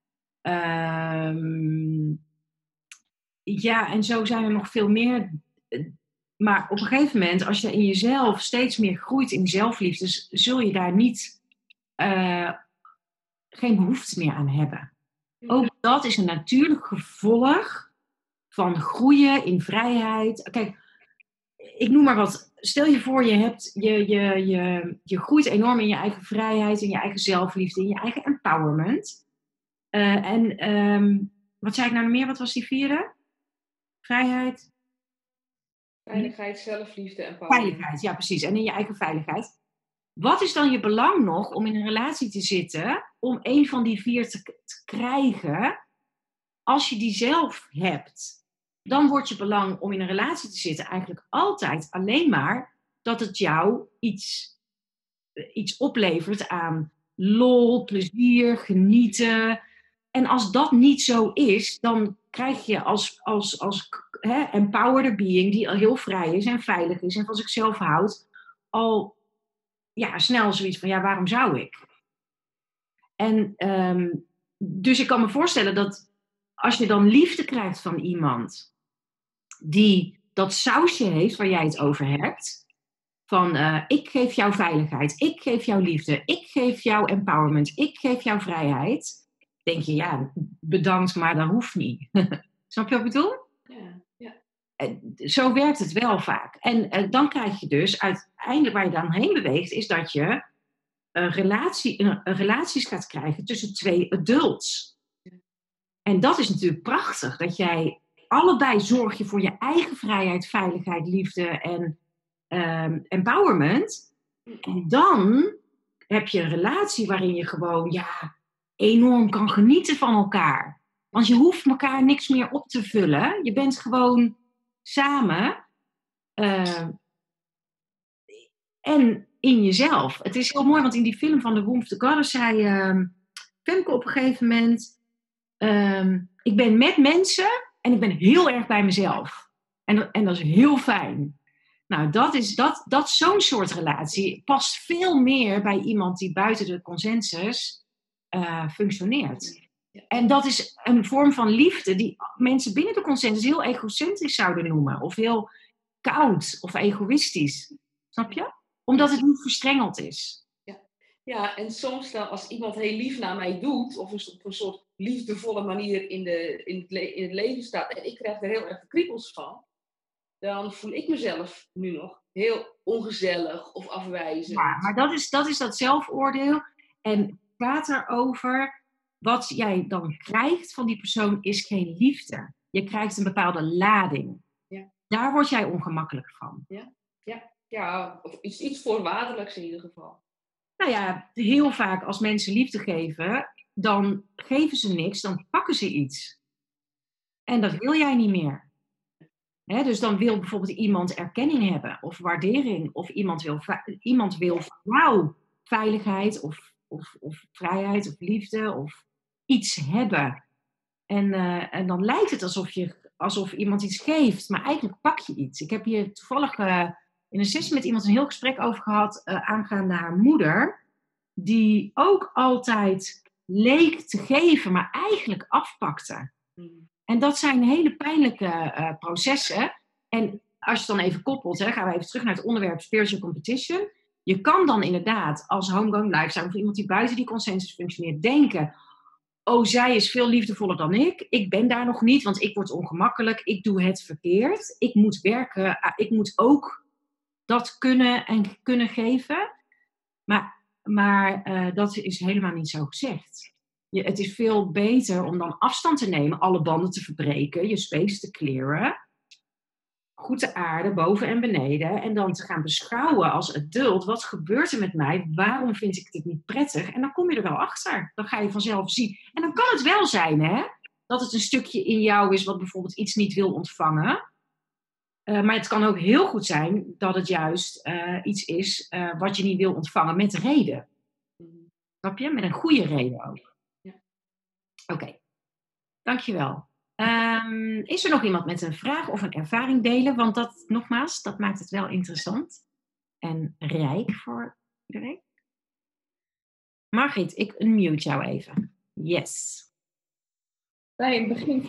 Ja, en zo zijn er nog veel meer. Maar op een gegeven moment, als je in jezelf steeds meer groeit in zelfliefde, zul je daar geen behoefte meer aan hebben. Ook dat is een natuurlijk gevolg van groeien in vrijheid. Kijk, ik noem maar wat. Stel je voor, je groeit enorm in je eigen vrijheid, in je eigen zelfliefde, in je eigen empowerment. Wat zei ik nou nog meer? Wat was die vierde? Vrijheid. Veiligheid, zelfliefde en empowerment. Veiligheid, ja precies. En in je eigen veiligheid. Wat is dan je belang nog om in een relatie te zitten, om een van die vier te krijgen, als je die zelf hebt? Dan wordt je belang om in een relatie te zitten eigenlijk altijd alleen maar dat het jou iets oplevert aan lol, plezier, genieten. En als dat niet zo is, dan krijg je als empowered being die al heel vrij is en veilig is en van zichzelf houdt, al snel zoiets van, waarom zou ik? En dus ik kan me voorstellen dat als je dan liefde krijgt van iemand die dat sausje heeft waar jij het over hebt, van ik geef jou veiligheid, ik geef jou liefde, ik geef jou empowerment, ik geef jou vrijheid, denk je, bedankt, maar dat hoeft niet. Snap je wat ik bedoel? Ja. Zo werkt het wel vaak. En dan krijg je dus uiteindelijk waar je dan heen beweegt, is dat je relaties gaat krijgen tussen twee adults. En dat is natuurlijk prachtig, dat jij allebei zorg je voor je eigen vrijheid, veiligheid, liefde en empowerment. En dan heb je een relatie waarin je gewoon enorm kan genieten van elkaar. Want je hoeft elkaar niks meer op te vullen. Je bent gewoon samen en in jezelf. Het is heel mooi, want in die film van The Womb of the Goddess zei Femke op een gegeven moment, ik ben met mensen en ik ben heel erg bij mezelf. En dat is heel fijn. Nou, dat zo'n soort relatie past veel meer bij iemand die buiten de consensus functioneert. En dat is een vorm van liefde die mensen binnen de consensus heel egocentrisch zouden noemen. Of heel koud of egoïstisch. Snap je? Omdat het niet verstrengeld is. Ja, en soms dan als iemand heel lief naar mij doet, of op een soort liefdevolle manier in het leven staat, en ik krijg er heel erg de kriebels van, dan voel ik mezelf nu nog heel ongezellig of afwijzend. Ja, maar dat is dat zelfoordeel. En het gaat erover, wat jij dan krijgt van die persoon is geen liefde. Je krijgt een bepaalde lading. Ja. Daar word jij ongemakkelijk van. Ja, of iets voorwaardelijks in ieder geval. Nou ja, heel vaak als mensen liefde geven, dan geven ze niks, dan pakken ze iets. En dat wil jij niet meer. Dus dan wil bijvoorbeeld iemand erkenning hebben of waardering. Of iemand wil van jou veiligheid of vrijheid of liefde of iets hebben. En dan lijkt het alsof iemand iets geeft, maar eigenlijk pak je iets. Ik heb hier toevallig in een sessie met iemand een heel gesprek over gehad aangaande haar moeder, die ook altijd leek te geven, maar eigenlijk afpakte. En dat zijn hele pijnlijke processen. En als je het dan even koppelt, gaan we even terug naar het onderwerp spiritual competition. Je kan dan inderdaad als homegoing lifestyle of iemand die buiten die consensus functioneert denken, oh, zij is veel liefdevoller dan ik. Ik ben daar nog niet, want ik word ongemakkelijk. Ik doe het verkeerd. Ik moet werken. Ik moet ook dat kunnen geven. Maar dat is helemaal niet zo gezegd. Het is veel beter om dan afstand te nemen, alle banden te verbreken, je space te clearen, goed te aarden, boven en beneden, en dan te gaan beschouwen als adult, wat gebeurt er met mij, waarom vind ik dit niet prettig, en dan kom je er wel achter. Dan ga je vanzelf zien. En dan kan het wel zijn, dat het een stukje in jou is wat bijvoorbeeld iets niet wil ontvangen. Maar het kan ook heel goed zijn dat het juist iets is wat je niet wil ontvangen met reden. Snap je? Met een goede reden ook. Ja. Oké. Dankjewel. Is er nog iemand met een vraag of een ervaring delen? Want dat, nogmaals, dat maakt het wel interessant. En rijk voor iedereen. Margriet, ik unmute jou even. Yes. Bij het begin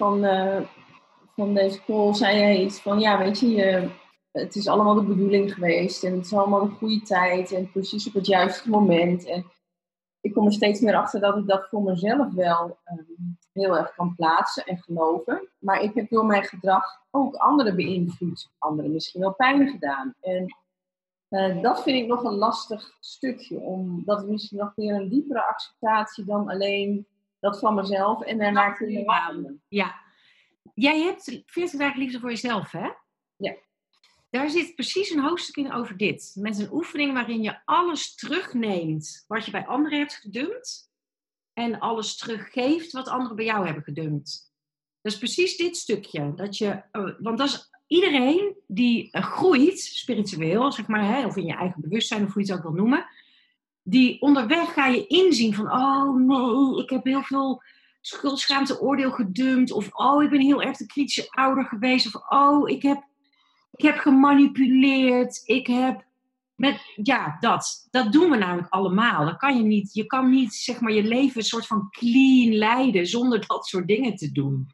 van deze call zei jij iets van, ja, weet je, het is allemaal de bedoeling geweest en het is allemaal de goede tijd en precies op het juiste moment. En ik kom er steeds meer achter dat ik dat voor mezelf wel heel erg kan plaatsen en geloven. Maar ik heb door mijn gedrag ook anderen beïnvloed, anderen misschien wel pijn gedaan. En dat vind ik nog een lastig stukje, omdat het misschien nog weer een diepere acceptatie dan alleen dat van mezelf en daarna kunnen wandelen. Ja. Jij hebt 40 dagen liefde voor jezelf, hè? Ja. Daar zit precies een hoofdstuk in over dit. Met een oefening waarin je alles terugneemt wat je bij anderen hebt gedumpt. En alles teruggeeft wat anderen bij jou hebben gedumpt. Dat is precies dit stukje. Want dat is iedereen die groeit, spiritueel, zeg maar, of in je eigen bewustzijn, of hoe je het ook wil noemen. Die onderweg ga je inzien van, oh nee, ik heb heel veel schuld, schaamte, oordeel gedumpt. Of, oh, ik ben heel erg de kritische ouder geweest. Of, oh, ik heb gemanipuleerd. Dat doen we namelijk allemaal. Dat kan je kan niet, zeg maar, je leven een soort van clean leiden zonder dat soort dingen te doen.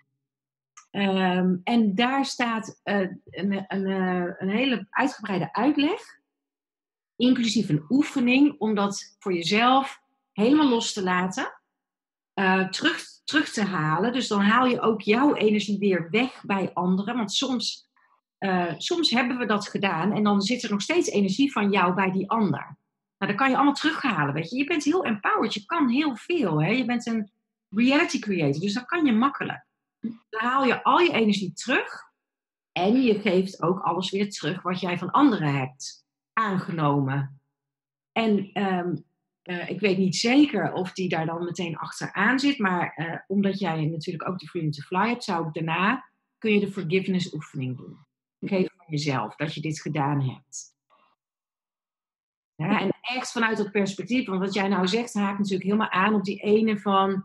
En daar staat een hele uitgebreide uitleg, inclusief een oefening, om dat voor jezelf helemaal los te laten, terug te halen. Dus dan haal je ook jouw energie weer weg bij anderen. Want soms hebben we dat gedaan en dan zit er nog steeds energie van jou bij die ander. Nou, dat kan je allemaal terughalen, weet je. Je bent heel empowered, je kan heel veel. Hè? Je bent een reality creator, dus dat kan je makkelijk. Dan haal je al je energie terug en je geeft ook alles weer terug wat jij van anderen hebt aangenomen. En ik weet niet zeker of die daar dan meteen achteraan zit, maar omdat jij natuurlijk ook de Freedom to Fly hebt, kun je de forgiveness oefening doen. Geef van jezelf dat je dit gedaan hebt. Ja, en echt vanuit dat perspectief, want wat jij nou zegt haakt natuurlijk helemaal aan op die ene van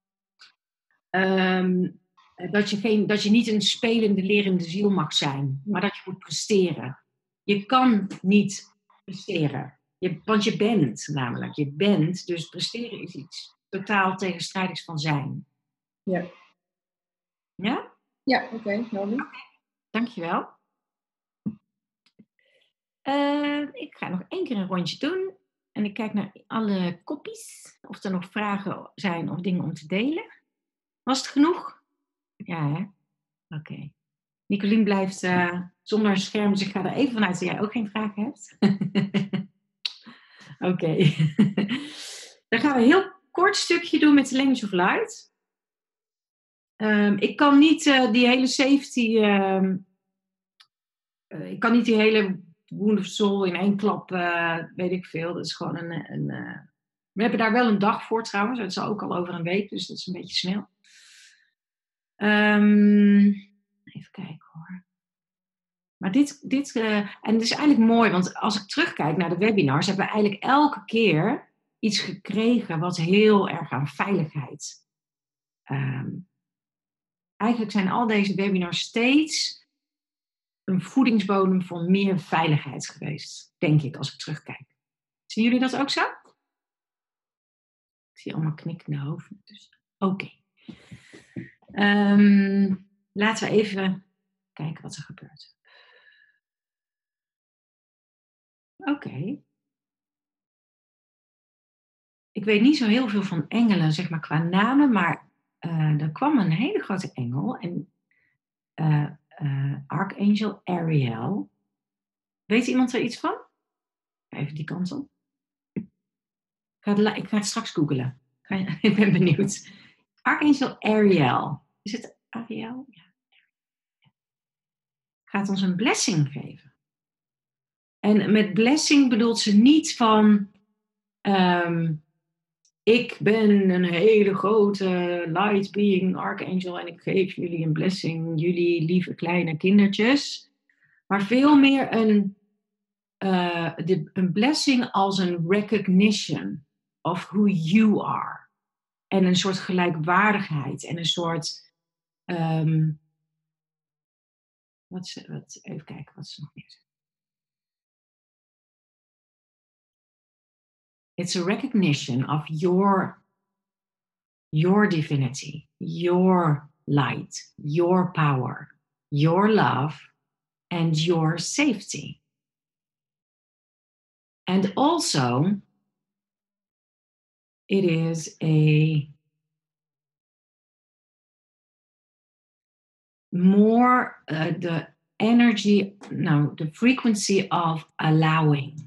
dat je niet een spelende, lerende ziel mag zijn, maar dat je moet presteren. Je kan niet presteren, want je bent namelijk. Je bent, dus presteren is iets totaal tegenstrijdigs van zijn. Ja. Ja? Ja, oké. Dankjewel. Ik ga nog 1 keer een rondje doen. En ik kijk naar alle koppies. Of er nog vragen zijn of dingen om te delen. Was het genoeg? Ja, hè? Oké. Nicolien blijft zonder een scherm. Dus ik ga er even vanuit dat jij ook geen vragen hebt. Oké. Dan gaan we een heel kort stukje doen met de Language of Light. Ik kan niet die hele safety... ik kan niet die hele Wound of Soul in 1 klap, weet ik veel. Dat is gewoon we hebben daar wel een dag voor trouwens. Het is ook al over een week, dus dat is een beetje snel. Even kijken hoor. Maar en het is eigenlijk mooi, want als ik terugkijk naar de webinars, hebben we eigenlijk elke keer iets gekregen wat heel erg aan veiligheid. Eigenlijk zijn al deze webinars steeds een voedingsbodem voor meer veiligheid geweest, denk ik, als ik terugkijk. Zien jullie dat ook zo? Ik zie allemaal knikkende hoofden. Dus. Oké. Laten we even kijken wat er gebeurt. Oké. Ik weet niet zo heel veel van engelen, zeg maar, qua namen, maar er kwam een hele grote engel. En Archangel Ariel. Weet iemand er iets van? Even die kant op. Ik ga het straks googlen. Ik ben benieuwd. Archangel Ariel. Is het Ariel? Ja. Gaat ons een blessing geven. En met blessing bedoelt ze niet van... ik ben een hele grote light being archangel en ik geef jullie een blessing, jullie lieve kleine kindertjes. Maar veel meer een blessing als een recognition of who you are. En een soort gelijkwaardigheid en een soort... even kijken wat ze nog meer zeggen. It's a recognition of your divinity, your light, your power, your love, and your safety. And also, it is a more the energy, no, the frequency of allowing.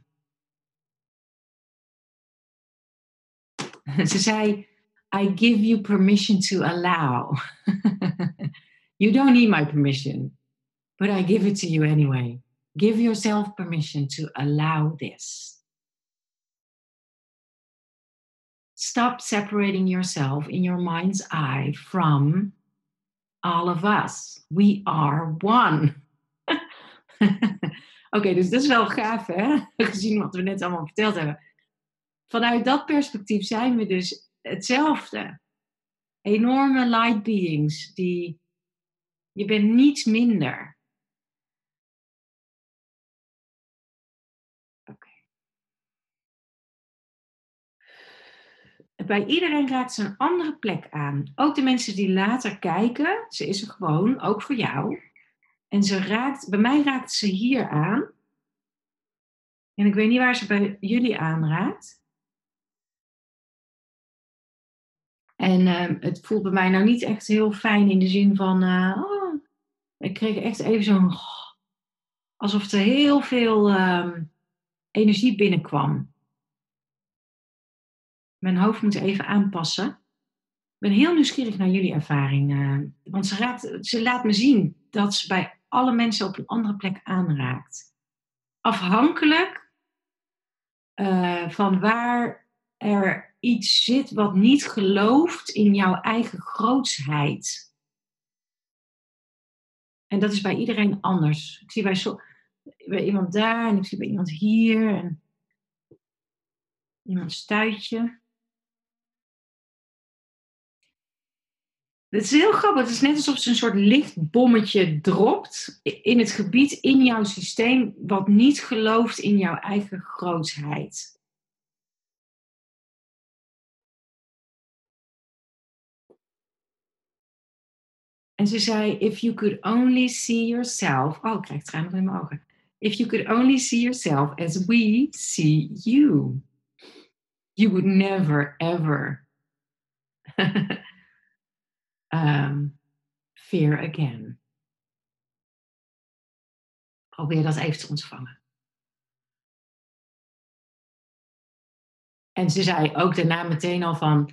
Ze zei, I give you permission to allow. You don't need my permission, but I give it to you anyway. Give yourself permission to allow this. Stop separating yourself in your mind's eye from all of us. We are one. Oké, dus dat is wel gaaf, hè? Gezien wat we net allemaal verteld hebben. Vanuit dat perspectief zijn we dus hetzelfde. Enorme light beings. Je bent niets minder. Oké. Bij iedereen raakt ze een andere plek aan. Ook de mensen die later kijken. Ze is er gewoon, ook voor jou. En bij mij raakt ze hier aan. En ik weet niet waar ze bij jullie aanraakt. En het voelt bij mij nou niet echt heel fijn in de zin van... ik kreeg echt even zo'n... alsof er heel veel energie binnenkwam. Mijn hoofd moet even aanpassen. Ik ben heel nieuwsgierig naar jullie ervaring. Want ze laat me zien dat ze bij alle mensen op een andere plek aanraakt. Afhankelijk van waar er iets zit wat niet gelooft in jouw eigen grootsheid. En dat is bij iedereen anders. Ik zie bij iemand daar en ik zie bij iemand hier. En iemand stuitje. Het is heel grappig. Het is net alsof ze een soort lichtbommetje dropt in het gebied in jouw systeem wat niet gelooft in jouw eigen grootsheid. En ze zei, if you could only see yourself... Oh, ik krijg tranen in mijn ogen. If you could only see yourself as we see you. You would never, ever fear again. Probeer dat even te ontvangen. En ze zei ook daarna meteen al van...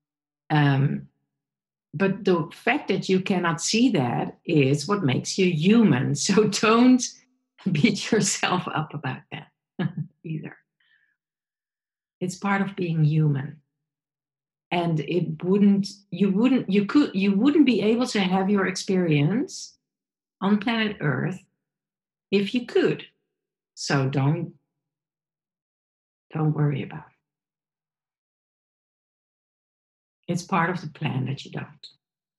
but the fact that you cannot see that is what makes you human. So don't beat yourself up about that either. It's part of being human. And you wouldn't be able to have your experience on planet Earth if you could. So don't worry about it. It's part of the plan that you don't.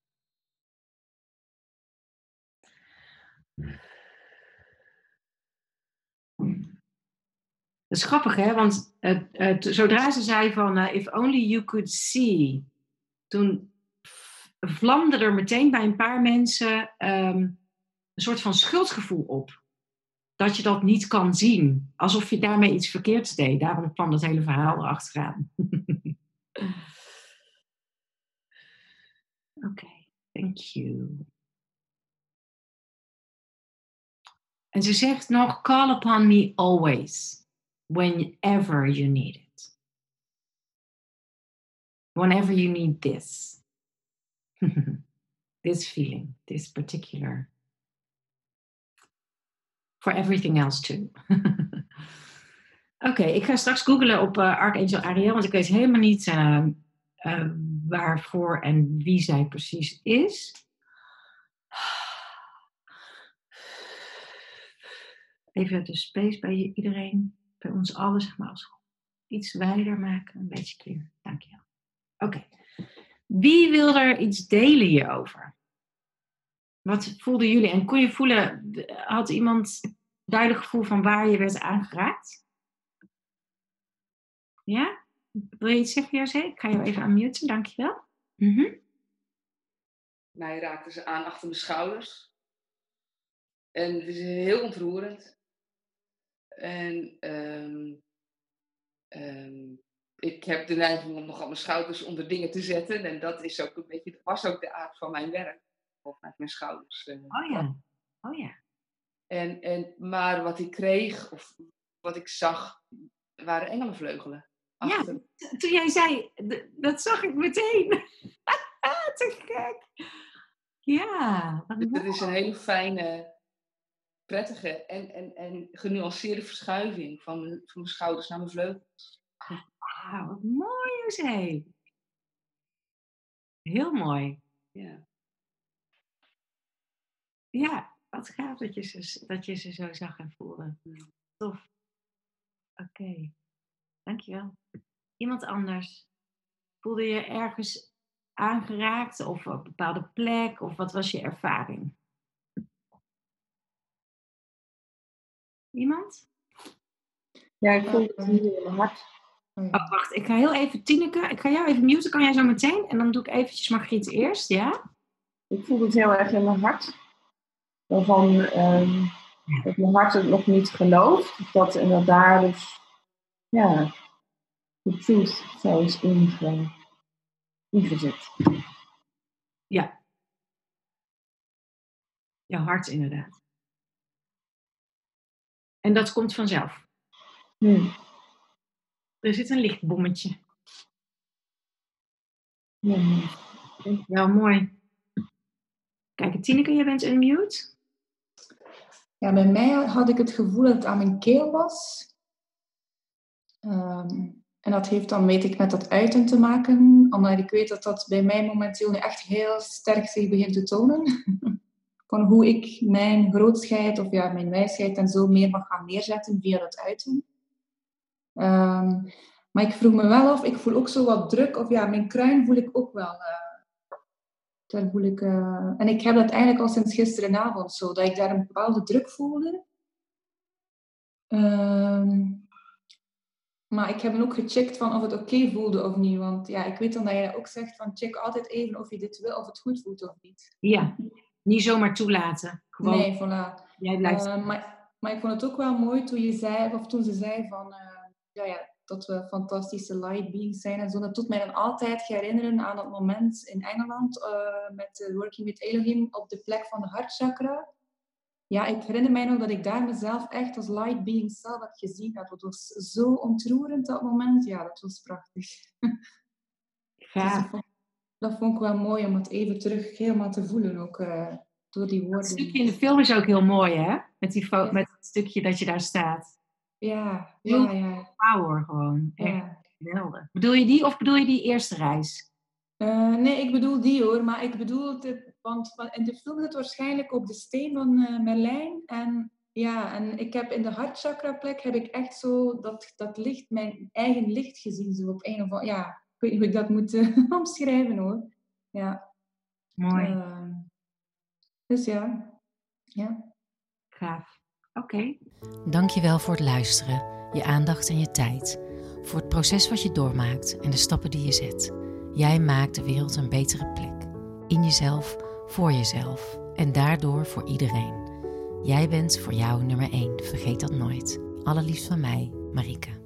Dat is grappig, hè? Want zodra ze zei van if only you could see, toen vlamde er meteen bij een paar mensen een soort van schuldgevoel op. dat je dat niet kan zien. Alsof je daarmee iets verkeerds deed. Daarom kwam dat hele verhaal erachteraan. Oké, thank you. En ze zegt nog, call upon me always, whenever you need it. Whenever you need this. This feeling, this particular. For everything else too. Oké, ik ga straks googlen op Archangel Ariel, want ik weet helemaal niet waarvoor en wie zij precies is. Even de space bij iedereen, bij ons allen, zeg maar, als iets wijder maken, een beetje clear. Dankjewel. Oké. Wie wil er iets delen hierover? Wat voelden jullie? En kon je voelen, had iemand een duidelijk gevoel van waar je werd aangeraakt? Ja? Wil je iets zeggen, José? Ik ga jou even unmuten, dankjewel. Mij raakten ze aan achter mijn schouders. En het is heel ontroerend. En ik heb de neiging om nog al mijn schouders onder dingen te zetten. En dat is ook een beetje, dat was ook de aard van mijn werk. Of met mijn schouders. Oh ja. Maar wat ik kreeg, of wat ik zag, waren engelenvleugelen. Achter. Ja, toen jij zei, dat zag ik meteen. Te gek. Ja, wat mooi. Het is een hele fijne, prettige en genuanceerde verschuiving van mijn schouders naar mijn vleugels. Wauw, wat mooi, José. Heel mooi. Ja. Ja, wat gaaf dat je ze zo zag en voelde. Tof. Oké. Dankjewel. Iemand anders? Voelde je ergens aangeraakt of op een bepaalde plek? Of wat was je ervaring? Iemand? Ja, ik voel het hier in mijn hart. Oh, wacht. Ik ga heel even, Tineke, ik ga jou even muten. Kan jij zo meteen? En dan doe ik eventjes Margriet eerst, ja? Ik voel het heel erg in mijn hart. Waarvan dat mijn hart het nog niet gelooft. Dat daar dus, ja, de truth zo is ingezet. Ja. Jouw hart inderdaad. En dat komt vanzelf. Er zit een lichtbommetje. Ja. Wel mooi. Kijk, Tineke, jij bent unmute. Ja, bij mij had ik het gevoel dat het aan mijn keel was. En dat heeft dan, weet ik, met dat uiten te maken. Omdat ik weet dat dat bij mij momenteel nu echt heel sterk zich begint te tonen. Van hoe ik mijn grootsheid of ja, mijn wijsheid en zo meer mag gaan neerzetten via dat uiten. Maar ik vroeg me wel af, ik voel ook zo wat druk. Of ja, mijn kruin voel ik ook wel. Daar voel ik, en ik heb dat eigenlijk al sinds gisterenavond zo. Dat ik daar een bepaalde druk voelde. Maar ik heb ook gecheckt van of het oké voelde of niet. Want ja, ik weet dan dat jij ook zegt van check altijd even of je dit wil, of het goed voelt of niet. Ja, niet zomaar toelaten. Gewoon. Nee, voilà. Jij blijft... Maar ik vond het ook wel mooi toen ze zei van dat we fantastische light beings zijn en zo. Dat doet mij dan altijd herinneren aan dat moment in Engeland met Working with Elohim op de plek van de hartchakra. Ja, ik herinner mij nog dat ik daar mezelf echt als light being zelf had gezien. Dat was zo ontroerend dat moment. Ja, dat was prachtig. Ja. Dus dat vond ik wel mooi om het even terug helemaal te voelen ook door die woorden. Het stukje in de film is ook heel mooi, hè? Met het stukje dat je daar staat. Ja. Power gewoon. Echt ja. geweldig. Bedoel je die of bedoel je die eerste reis? Nee, ik bedoel die hoor. Maar ik bedoel het, want in de film zit het waarschijnlijk op de steen van Merlijn. En ja, en ik heb in de hartchakra plek heb ik echt zo dat licht, mijn eigen licht gezien. Zo op een of andere, ja, ik weet niet hoe ik dat moet omschrijven hoor. Ja. Mooi. Dus ja. Gaaf. Oké. Dankjewel voor het luisteren, je aandacht en je tijd. Voor het proces wat je doormaakt en de stappen die je zet. Jij maakt de wereld een betere plek. In jezelf, voor jezelf en daardoor voor iedereen. Jij bent voor jou nummer 1, vergeet dat nooit. Allerliefst van mij, Marieke.